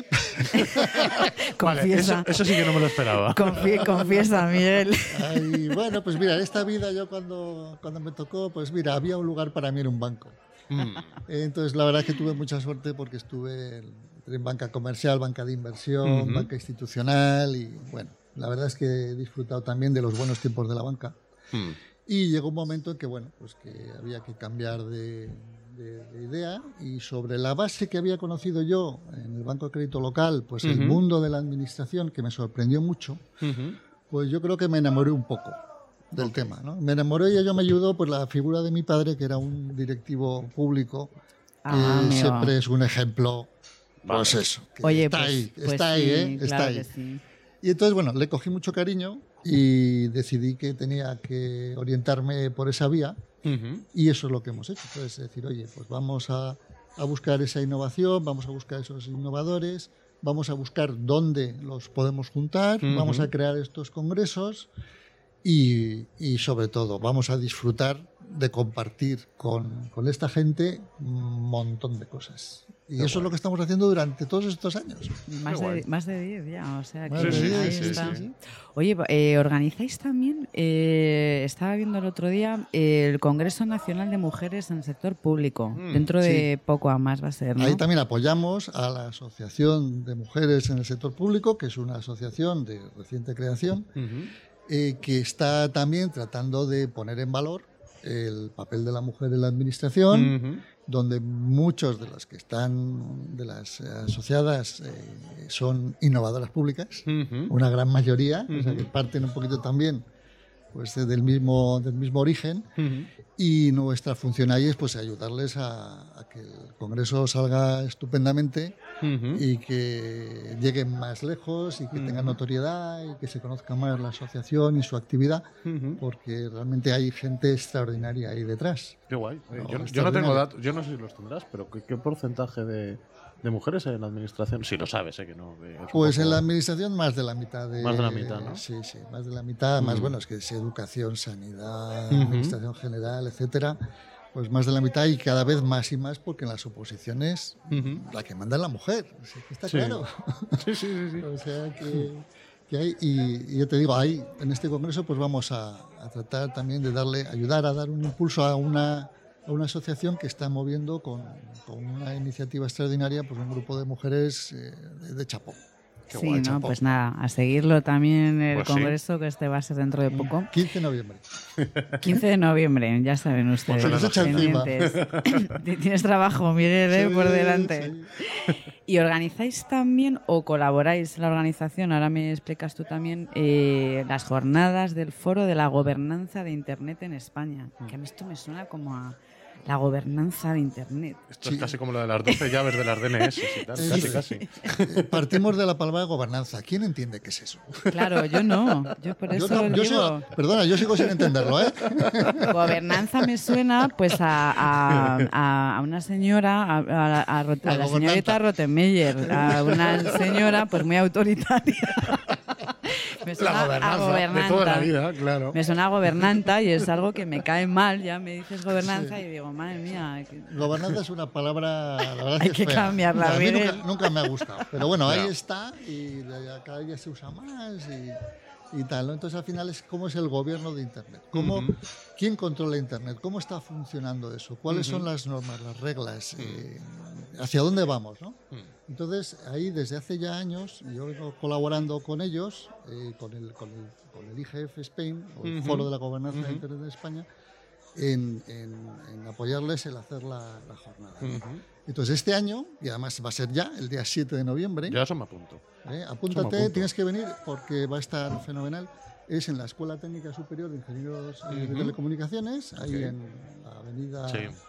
Confiesa. Vale, eso sí que no me lo esperaba. Confiesa, Miguel. Ay, bueno, pues mira, esta vida yo cuando me tocó, pues mira, había un lugar para mí en un banco. Entonces la verdad es que tuve mucha suerte porque entré en banca comercial, banca de inversión, banca institucional y bueno, la verdad es que he disfrutado también de los buenos tiempos de la banca. Y llegó un momento en que, bueno, pues que había que cambiar de idea y sobre la base que había conocido yo en el Banco de Crédito Local, pues el mundo de la administración, que me sorprendió mucho, pues yo creo que me enamoré un poco del tema, ¿no? Me enamoré y ello me ayudó pues la figura de mi padre, que era un directivo público, que Amigo. siempre es un ejemplo Pues eso. Oye, está pues, ahí, pues está ahí, sí, ¿eh? Está claro ahí. que sí. Y entonces, bueno, le cogí mucho cariño y decidí que tenía que orientarme por esa vía. Y eso es lo que hemos hecho. Entonces, decir, oye, pues vamos a buscar esa innovación, vamos a buscar esos innovadores, vamos a buscar dónde los podemos juntar, vamos a crear estos congresos y sobre todo vamos a disfrutar de compartir con esta gente un montón de cosas. Y eso es lo que estamos haciendo durante todos estos años. Más de 10 ya, o sea que Más de 10, ahí sí, está. sí. Oye, ¿organizáis también, estaba viendo el otro día, el Congreso Nacional de Mujeres en el Sector Público? Dentro de poco a más va a ser, ¿no? Ahí también apoyamos a la Asociación de Mujeres en el Sector Público, que es una asociación de reciente creación, que está también tratando de poner en valor el papel de la mujer en la administración, donde muchos de los que están de las asociadas son innovadoras públicas, una gran mayoría, o sea que parten un poquito también pues del mismo origen, y nuestra función ahí es pues ayudarles a que el Congreso salga estupendamente y que lleguen más lejos y que tengan notoriedad y que se conozca más la asociación y su actividad, porque realmente hay gente extraordinaria ahí detrás. Qué guay. No, Yo no tengo datos, yo no sé si los tendrás, pero ¿qué porcentaje de mujeres hay en la administración? Si lo sabes, que no. Pues en la administración más de la mitad. Más de la mitad, ¿no? Sí, más de la mitad. Más bueno, es que es educación, sanidad, administración general, etcétera. Pues más de la mitad y cada vez más y más porque en las oposiciones la que manda es la mujer. O sea, que está claro. Sí. O sea que hay, y yo te digo, ahí en este congreso pues vamos a tratar también de ayudar a dar un impulso a una asociación que está moviendo con una iniciativa extraordinaria pues un grupo de mujeres de chapó. Qué sí, guay, ¿no? chapó. Pues nada, a seguirlo también el Pues sí. congreso, que este va a ser dentro de poco. 15 de noviembre. 15 de noviembre, ya saben ustedes. Pues se nos echa encima. Tienes trabajo, Miguel, Sí, por delante. sí. ¿Y organizáis también o colaboráis en la organización, ahora me explicas tú también, las jornadas del Foro de la Gobernanza de Internet en España? Que a mí esto me suena como a la gobernanza de Internet. Esto es casi como lo de las 12 llaves de las DNS y tal. Casi. Partimos de la palabra gobernanza. ¿Quién entiende qué es eso? Claro, yo no. Yo por eso digo... Perdona, yo sigo sin entenderlo, ¿eh? Gobernanza me suena pues a una señora, a la señorita Rottenmeier, a una señora pues muy autoritaria. Me suena a gobernanta. De toda la vida, claro. Me suena a gobernanta y es algo que me cae mal. Ya me dices gobernanza y digo, madre mía. Gobernanza es una palabra, la verdad Hay es que fea. cambiarla, A mí Miguel. nunca me ha gustado. Pero bueno, ahí Ya. está y cada día se usa más y tal, ¿no? Entonces al final es cómo es el gobierno de Internet, quién controla Internet, cómo está funcionando eso, cuáles son las normas, las reglas, hacia dónde vamos, ¿no? Entonces ahí desde hace ya años yo vengo colaborando con ellos, con el IGF Spain, o el Foro de la Gobernanza de Internet de España, en apoyarles el hacer la jornada. Entonces este año, y además va a ser ya el día 7 de noviembre, Ya eso me apunto. apúntate, tienes que venir porque va a estar fenomenal. Es en la Escuela Técnica Superior de Ingenieros de Telecomunicaciones, ahí en la avenida,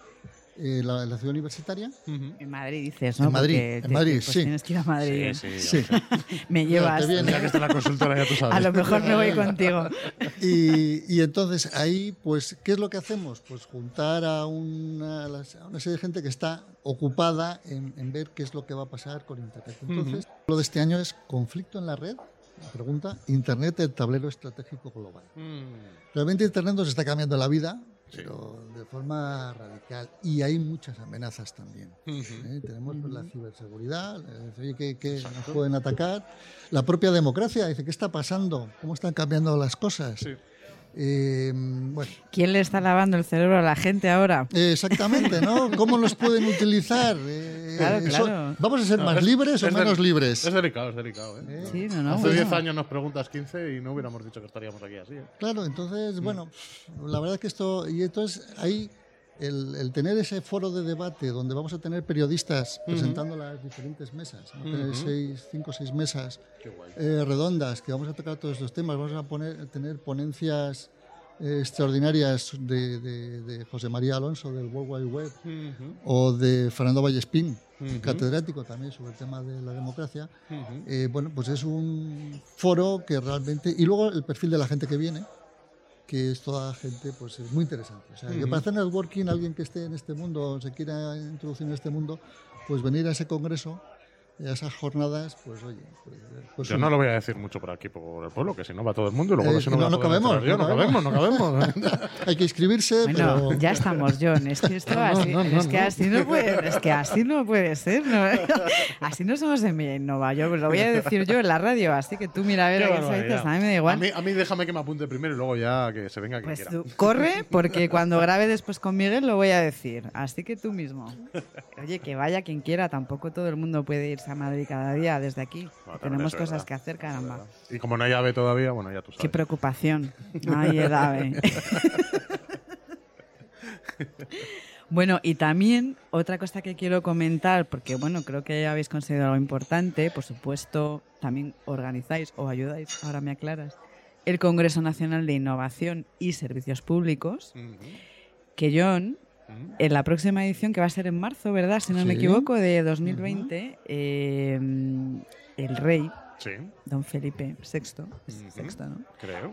la ciudad universitaria. En Madrid dices, ¿no? En Madrid, Porque en Madrid, pues sí. tienes que ir a Madrid. Sí. Me llevas. Te viene. Ya que está la consultora, ya tú sabes. A lo mejor me voy contigo. Y entonces ahí, pues, ¿qué es lo que hacemos? Pues juntar a una serie de gente que está ocupada en ver qué es lo que va a pasar con Internet. Entonces, lo de este año es conflicto en la red. La pregunta, Internet, el tablero estratégico global. Realmente Internet nos está cambiando la vida, pero de forma radical. Y hay muchas amenazas también. Tenemos pues, la ciberseguridad, que nos pueden atacar. La propia democracia, dice, ¿qué está pasando? ¿Cómo están cambiando las cosas? Sí. Bueno, ¿Quién le está lavando el cerebro a la gente ahora? exactamente, ¿no? ¿Cómo los pueden utilizar? Claro. ¿Vamos a ser más libres o menos libres? Es delicado, ¿eh? Sí, no, Hace bueno. 10 años nos preguntas 15 y no hubiéramos dicho que estaríamos aquí así. Claro, entonces, bueno, la verdad que esto... Y entonces ahí el tener ese foro de debate donde vamos a tener periodistas presentando las diferentes mesas, vamos a tener 5 o 6 mesas redondas que vamos a tocar todos estos temas, vamos a tener ponencias extraordinarias de José María Alonso del World Wide Web o de Fernando Vallespín, catedrático también sobre el tema de la democracia. Bueno, pues es un foro que realmente... Y luego el perfil de la gente que viene, que es toda gente pues muy interesante. O sea, que para hacer networking, alguien que esté en este mundo, se quiera introducir en este mundo, pues venir a ese congreso, a esas jornadas, pues oye... Pues yo no lo voy a decir mucho por aquí, por el pueblo, que si no va todo el mundo y luego si no cabemos. No cabemos. Hay que inscribirse, bueno, pero... ya estamos, John. Es que esto así no puede ser. ¿No? Así no somos en Villa Innova. Yo lo voy a decir yo en la radio, así que tú mira a ver qué dices. A mí me da igual. A mí déjame que me apunte primero y luego ya que se venga quien pues quiera. tú corre, porque cuando grabe después con Miguel lo voy a decir. Así que tú mismo. Oye, que vaya quien quiera. Tampoco todo el mundo puede irse a Madrid cada día desde aquí. Bueno, tenemos eso, cosas ¿verdad? que hacer, caramba. Y como no hay ave todavía, bueno, ya tú sabes. Qué preocupación. Ay, edad. Bueno, y también otra cosa que quiero comentar, porque bueno, creo que habéis considerado algo importante, por supuesto, también organizáis o ayudáis, ahora me aclaras, el Congreso Nacional de Innovación y Servicios Públicos, que John, en la próxima edición, que va a ser en marzo, ¿verdad? Si no me equivoco, de 2020, el rey, don Felipe VI, sexto, ¿no? Creo.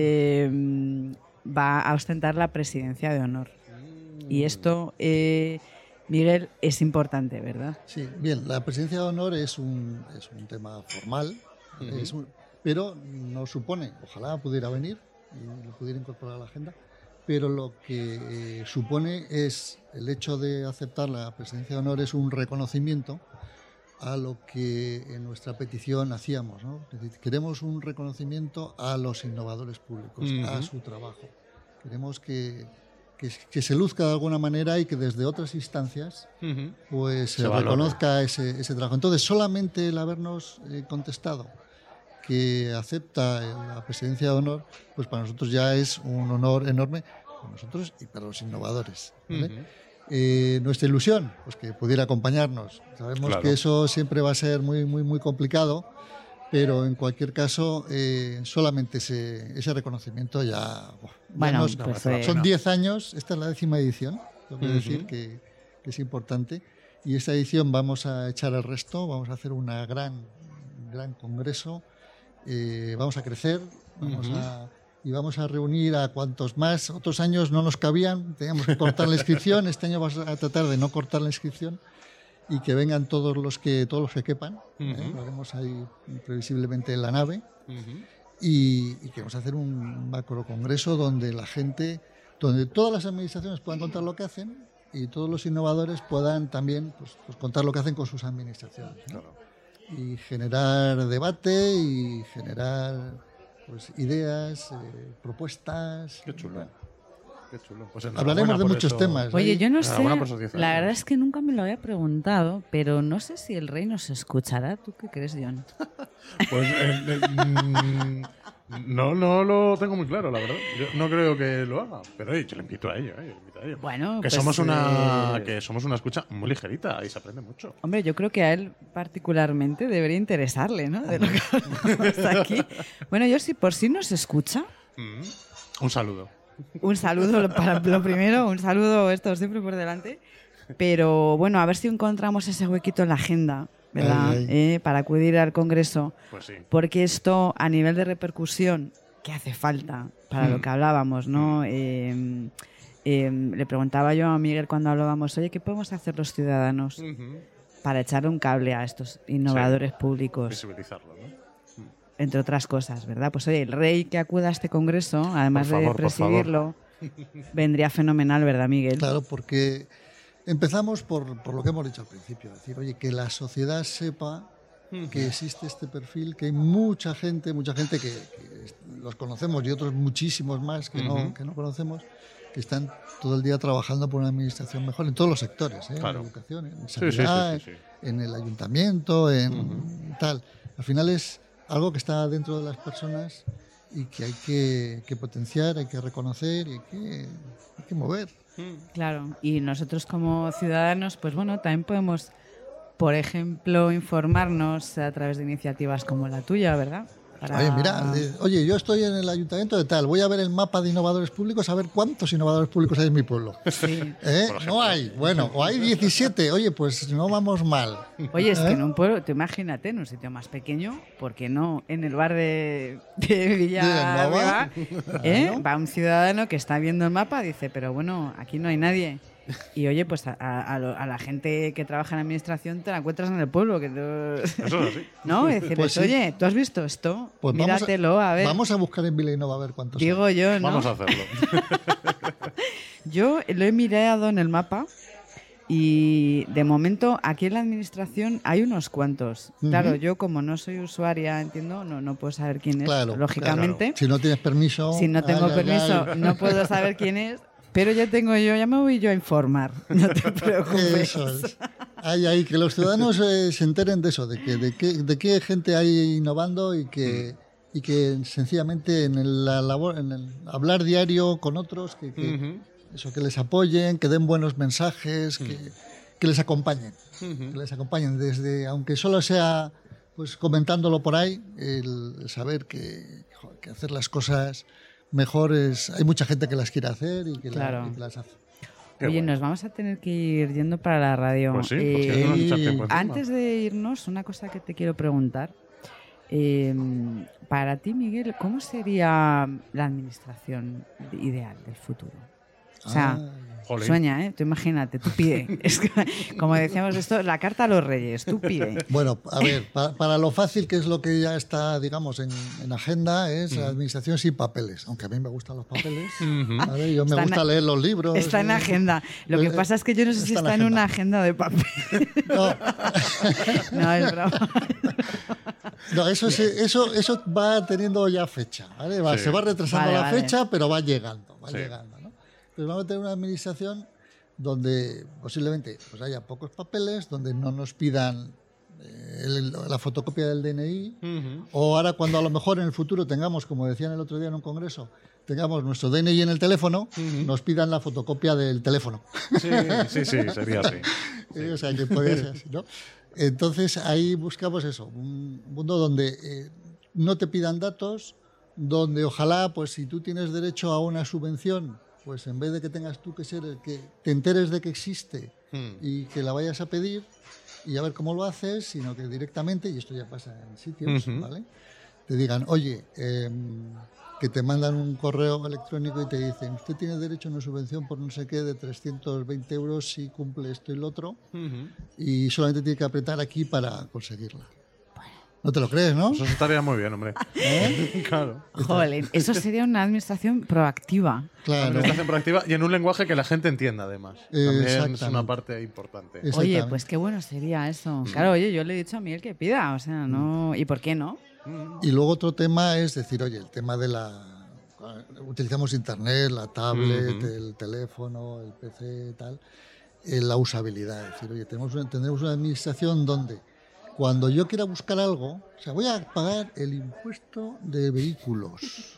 Va a ostentar la presidencia de honor. Y esto, Miguel, es importante, ¿verdad? Sí, bien, la presidencia de honor es un tema formal, pero no supone, ojalá pudiera venir y lo pudiera incorporar a la agenda, pero lo que supone es el hecho de aceptar la presidencia de honor es un reconocimiento a lo que en nuestra petición hacíamos, ¿no? Es decir, queremos un reconocimiento a los innovadores públicos, a su trabajo. Queremos que se luzca de alguna manera y que desde otras instancias pues se reconozca ese trabajo. Entonces, solamente el habernos contestado que acepta la presidencia de honor, pues para nosotros ya es un honor enorme, para nosotros y para los innovadores, ¿vale? Nuestra ilusión, pues que pudiera acompañarnos. Sabemos que eso siempre va a ser muy, muy, muy complicado, pero en cualquier caso, solamente ese reconocimiento ya... Bueno, son 10 años, esta es la 10ª edición, tengo que decir que es importante, y esta edición vamos a echar el resto, vamos a hacer un gran congreso, vamos a crecer, vamos a reunir a cuantos más. Otros años no nos cabían, teníamos que cortar la inscripción, este año vamos a tratar de no cortar la inscripción y que vengan todos los que quepan. Lo haremos ahí previsiblemente en la nave y queremos hacer un macro congreso donde la gente, donde todas las administraciones puedan contar lo que hacen y todos los innovadores puedan también pues contar lo que hacen con sus administraciones, ¿no? Y generar debate y generar pues ideas, propuestas. Qué chulo. Qué chulo. Pues hablaremos de muchos temas. Oye, yo no sé, la verdad es que nunca me lo había preguntado, pero no sé si el rey nos escuchará. ¿Tú qué crees, John? Pues no lo tengo muy claro, la verdad. Yo no creo que lo haga, pero yo le invito a ello. Bueno, que pues, somos una escucha muy ligerita y se aprende mucho. Hombre, yo creo que a él particularmente debería interesarle, ¿no? De lo que hablamos aquí. Bueno, yo si por sí nos escucha. Un saludo. Un saludo para lo primero, un saludo esto siempre por delante. Pero bueno, a ver si encontramos ese huequito en la agenda, ¿verdad? Para acudir al Congreso. Pues sí. Porque esto, a nivel de repercusión, que hace falta para lo que hablábamos, ¿no? Le preguntaba yo a Miguel cuando hablábamos, oye, ¿qué podemos hacer los ciudadanos para echar un cable a estos innovadores públicos? Visibilizarlo, ¿no? Entre otras cosas, ¿verdad? Pues oye, el rey que acuda a este congreso, además de presidirlo, vendría fenomenal, ¿verdad, Miguel? Claro, porque empezamos por lo que hemos dicho al principio, es decir, oye, que la sociedad sepa que existe este perfil, que hay mucha gente que los conocemos y otros muchísimos más que no conocemos, que están todo el día trabajando por una administración mejor en todos los sectores, Claro. En educación, en sanidad, en el ayuntamiento, en tal. Al final es algo que está dentro de las personas y que hay que potenciar, hay que reconocer y hay que mover. Claro, y nosotros como ciudadanos, pues bueno, también podemos, por ejemplo, informarnos a través de iniciativas como la tuya, ¿verdad? Oye, mira, oye, yo estoy en el ayuntamiento de tal, voy a ver el mapa de innovadores públicos, a ver cuántos innovadores públicos hay en mi pueblo. Sí. No hay, bueno, o hay 17, oye, pues no vamos mal. Oye, es que en un pueblo, tú imagínate, en un sitio más pequeño, ¿por qué no? En el bar de Villanueva, va un ciudadano que está viendo el mapa, dice, pero bueno, aquí no hay nadie. Y oye, pues a la gente que trabaja en la administración te la encuentras en el pueblo. Que Eso es así. ¿no? Y decirles, Pues sí. oye, ¿tú has visto esto? Pues míratelo, a ver. Vamos a buscar en Villanueva a ver cuántos Digo hay. yo, ¿no? Vamos a hacerlo. Yo lo he mirado en el mapa y de momento aquí en la administración hay unos cuantos. Claro, yo como no soy usuaria, entiendo, no puedo saber quién es, Claro, lógicamente. Si no tienes permiso... Si no tengo permiso, no puedo saber quién es. Pero ya me voy yo a informar, no te preocupes. Eso es. Hay que los ciudadanos se enteren de eso, de qué gente hay innovando y que sencillamente en el hablar diario con otros, eso, que les apoyen, que den buenos mensajes, que les acompañen. Que les acompañen desde, aunque solo sea pues comentándolo por ahí, el saber que hacer las cosas mejor hay mucha gente que las quiere hacer y que las hace. Oye, nos vamos a tener que ir yendo para la radio. Pues sí, porque no nos echa tiempo encima. Antes de irnos, una cosa que te quiero preguntar. Para ti, Miguel, ¿cómo sería la administración ideal del futuro? O sea, sueña, ¿eh? Tú imagínate, tú pide. Es que, como decíamos esto, la carta a los reyes, tú pide. Bueno, a ver, para lo fácil, que es lo que ya está, digamos, en agenda, es la administración sin papeles. Aunque a mí me gustan los papeles, ¿vale? Yo me gusta leer los libros. Está en agenda. Lo que pasa es que yo no sé si está en una agenda de papel. No. No, es broma. No, eso va teniendo ya fecha, ¿vale? Se va retrasando la fecha, pero va llegando, ¿no? Entonces vamos a tener una administración donde posiblemente pues haya pocos papeles, donde no nos pidan la fotocopia del DNI, o ahora cuando a lo mejor en el futuro tengamos, como decían el otro día en un congreso, tengamos nuestro DNI en el teléfono, nos pidan la fotocopia del teléfono. Sí, sería así. O sea, que podría ser así, ¿no? Entonces ahí buscamos eso, un mundo donde no te pidan datos, donde ojalá, pues si tú tienes derecho a una subvención, pues en vez de que tengas tú que ser el que te enteres de que existe y que la vayas a pedir y a ver cómo lo haces, sino que directamente, y esto ya pasa en sitios, ¿vale? Te digan, oye, que te mandan un correo electrónico y te dicen, usted tiene derecho a una subvención por no sé qué de 320 euros si cumple esto y lo otro, y solamente tiene que apretar aquí para conseguirla. ¿No te lo crees, no? Eso estaría muy bien, hombre. Claro. Joder, eso sería una administración proactiva. Claro. Administración proactiva y en un lenguaje que la gente entienda, además. También es una parte importante. Oye, pues qué bueno sería eso. Claro, oye, yo le he dicho a Miguel que pida, o sea, no... ¿Y por qué no? Y luego otro tema es decir, oye, el tema de utilizamos internet, la tablet, el teléfono, el PC, tal, la usabilidad. Es decir, oye, tendremos una administración donde cuando yo quiera buscar algo, o sea, voy a pagar el impuesto de vehículos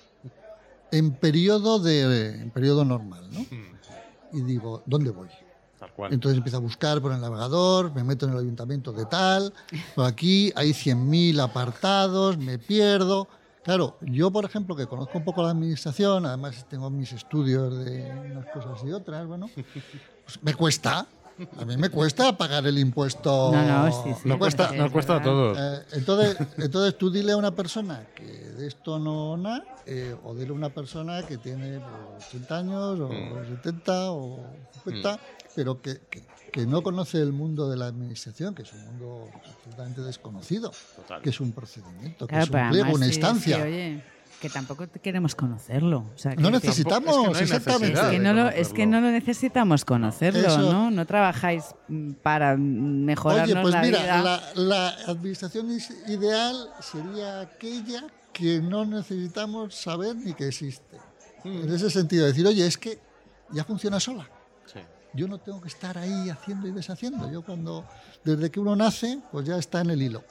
en periodo normal, ¿no? Y digo, ¿dónde voy? Tal cual. Entonces empiezo a buscar por el navegador, me meto en el ayuntamiento de tal, por aquí hay 100.000 apartados, me pierdo. Claro, yo, por ejemplo, que conozco un poco la administración, además tengo mis estudios de unas cosas y otras, bueno, pues me cuesta. A mí me cuesta pagar el impuesto. Sí. Nos cuesta a todos. Entonces tú dile a una persona que de esto no nada, o dile a una persona que tiene 80 años, o 70, o 50, pero que no conoce el mundo de la administración, que es un mundo absolutamente desconocido, que es un procedimiento, que es un pliego, una instancia. Sí, oye, que tampoco queremos conocerlo. O sea, no necesitamos, exactamente. Es que no lo necesitamos conocerlo, Eso. ¿no? No trabajáis para mejorarnos Oye, pues la mira, vida. la administración ideal sería aquella que no necesitamos saber ni que existe. En ese sentido, decir, oye, es que ya funciona sola. Sí. Yo no tengo que estar ahí haciendo y deshaciendo. Desde que uno nace, pues ya está en el hilo.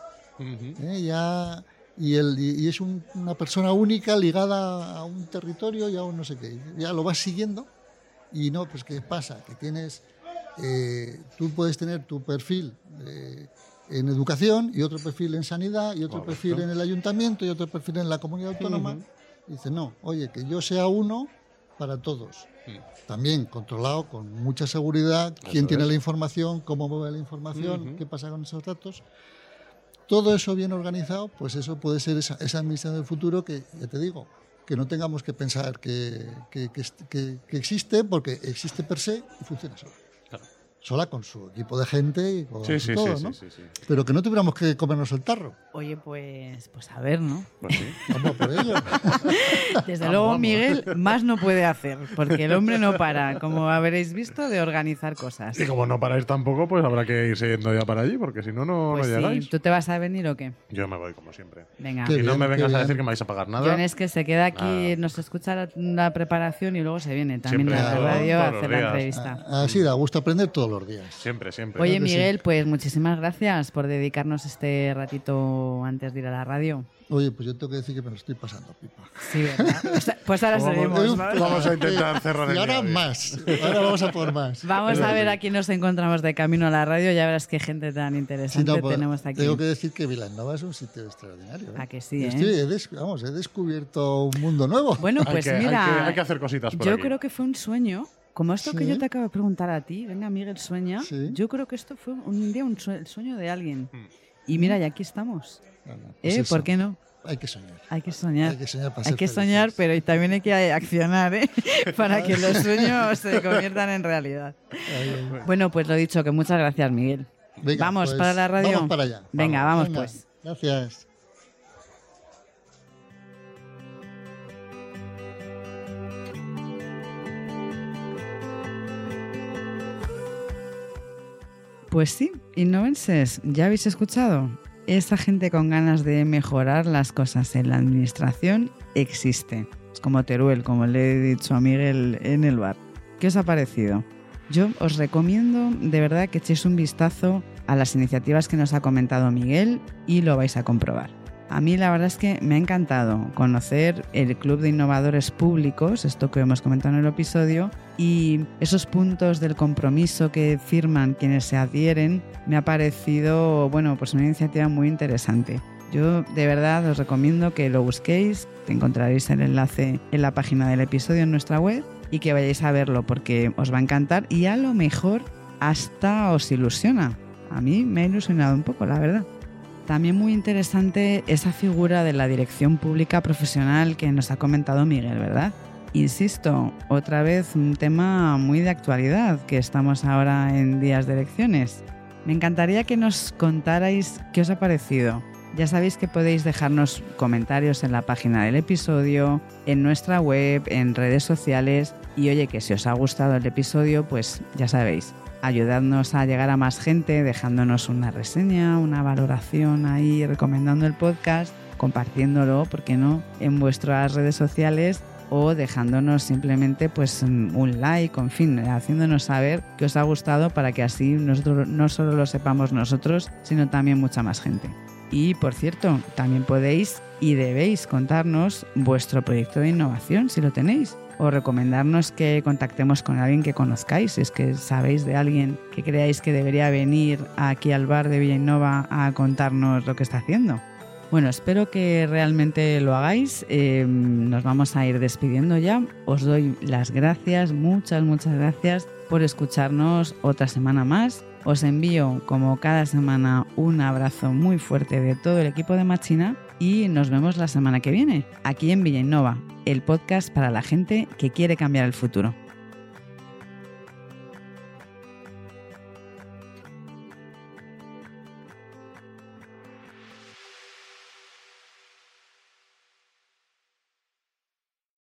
Y es una persona única ligada a un territorio y a un no sé qué. Ya lo vas siguiendo y no, pues ¿qué pasa? Que tienes, tú puedes tener tu perfil en educación y otro perfil en sanidad y otro perfil en el ayuntamiento y otro perfil en la comunidad autónoma. Dice, no, oye, que yo sea uno para todos. También controlado con mucha seguridad, quién tiene la información, cómo mueve la información, qué pasa con esos datos. Todo eso bien organizado, pues eso puede ser esa administración del futuro que, ya te digo, que no tengamos que pensar que existe, porque existe per se y funciona sola. Claro. Sola con su equipo de gente y con todo, ¿no? Sí. Pero que no tuviéramos que comernos el tarro. Oye, pues a ver, ¿no? Pues sí. Vamos por ello. Desde luego, Miguel más no puede hacer, porque el hombre no para, como habréis visto, de organizar cosas. Y como no paráis tampoco, pues habrá que irse yendo ya para allí, porque si no, no llegáis. Sí. ¿Tú te vas a venir o qué? Yo me voy, como siempre. Venga. Y no me vengas a decir que me vais a pagar nada. John es que se queda aquí, nos escucha la preparación y luego se viene también Siempre, a la radio a hacer la entrevista. Así da gusto aprender todos los días. Siempre. Oye, Miguel, pues muchísimas gracias por dedicarnos este ratito antes de ir a la radio. Oye, pues yo tengo que decir que me lo estoy pasando pipa. Sí, ¿verdad? Pues ahora seguimos. Vamos a intentar cerrar el Y ahora día. más. Ahora vamos a por más. Vamos a ver a quién nos encontramos de camino a la radio. Ya verás qué gente tan interesante tenemos aquí. Tengo que decir que Vilanova es un sitio extraordinario. ¿A que sí, he descubierto un mundo nuevo. Bueno, pues mira, hay que hacer cositas por yo aquí. creo que fue un sueño. Como esto que yo te acabo de preguntar a ti, venga, Miguel, sueña. ¿Sí? Yo creo que esto fue un día el sueño de alguien. Y mira, y aquí estamos. Pues ¿Por qué no? Hay que soñar. Hay que soñar. Hay que soñar para Hay ser que felices. soñar, pero también hay que accionar, para que los sueños se conviertan en realidad. Bueno, pues lo dicho, que muchas gracias, Miguel. Venga, ¿Vamos pues, para la radio? Vamos para allá. Venga, vamos Venga, pues. Gracias. Pues sí, innovenses, ¿ya habéis escuchado? Esa gente con ganas de mejorar las cosas en la administración existe. Es como Teruel, como le he dicho a Miguel en el bar. ¿Qué os ha parecido? Yo os recomiendo de verdad que echéis un vistazo a las iniciativas que nos ha comentado Miguel y lo vais a comprobar. A mí la verdad es que me ha encantado conocer el Club de Innovadores Públicos, esto que hemos comentado en el episodio, y esos puntos del compromiso que firman quienes se adhieren, me ha parecido, bueno, pues una iniciativa muy interesante. Yo de verdad os recomiendo que lo busquéis, encontraréis el enlace en la página del episodio en nuestra web y que vayáis a verlo porque os va a encantar y a lo mejor hasta os ilusiona. A mí me ha ilusionado un poco, la verdad. También muy interesante esa figura de la dirección pública profesional que nos ha comentado Miguel, ¿verdad? Insisto, otra vez un tema muy de actualidad, que estamos ahora en días de elecciones. Me encantaría que nos contarais qué os ha parecido. Ya sabéis que podéis dejarnos comentarios en la página del episodio, en nuestra web, en redes sociales. Y oye, que si os ha gustado el episodio, pues ya sabéis, ayudadnos a llegar a más gente dejándonos una reseña, una valoración ahí, recomendando el podcast, compartiéndolo, ¿por qué no?, en vuestras redes sociales o dejándonos simplemente pues un like, en fin, haciéndonos saber que os ha gustado para que así nosotros no solo lo sepamos nosotros, sino también mucha más gente. Y por cierto, también podéis y debéis contarnos vuestro proyecto de innovación si lo tenéis, o recomendarnos que contactemos con alguien que conozcáis, si es que sabéis de alguien que creáis que debería venir aquí al bar de Villainnova a contarnos lo que está haciendo. Bueno, espero que realmente lo hagáis. Nos vamos a ir despidiendo ya. Os doy las gracias, muchas gracias por escucharnos otra semana más. Os envío, como cada semana, un abrazo muy fuerte de todo el equipo de Machina y nos vemos la semana que viene, aquí en Villainnova, el podcast para la gente que quiere cambiar el futuro.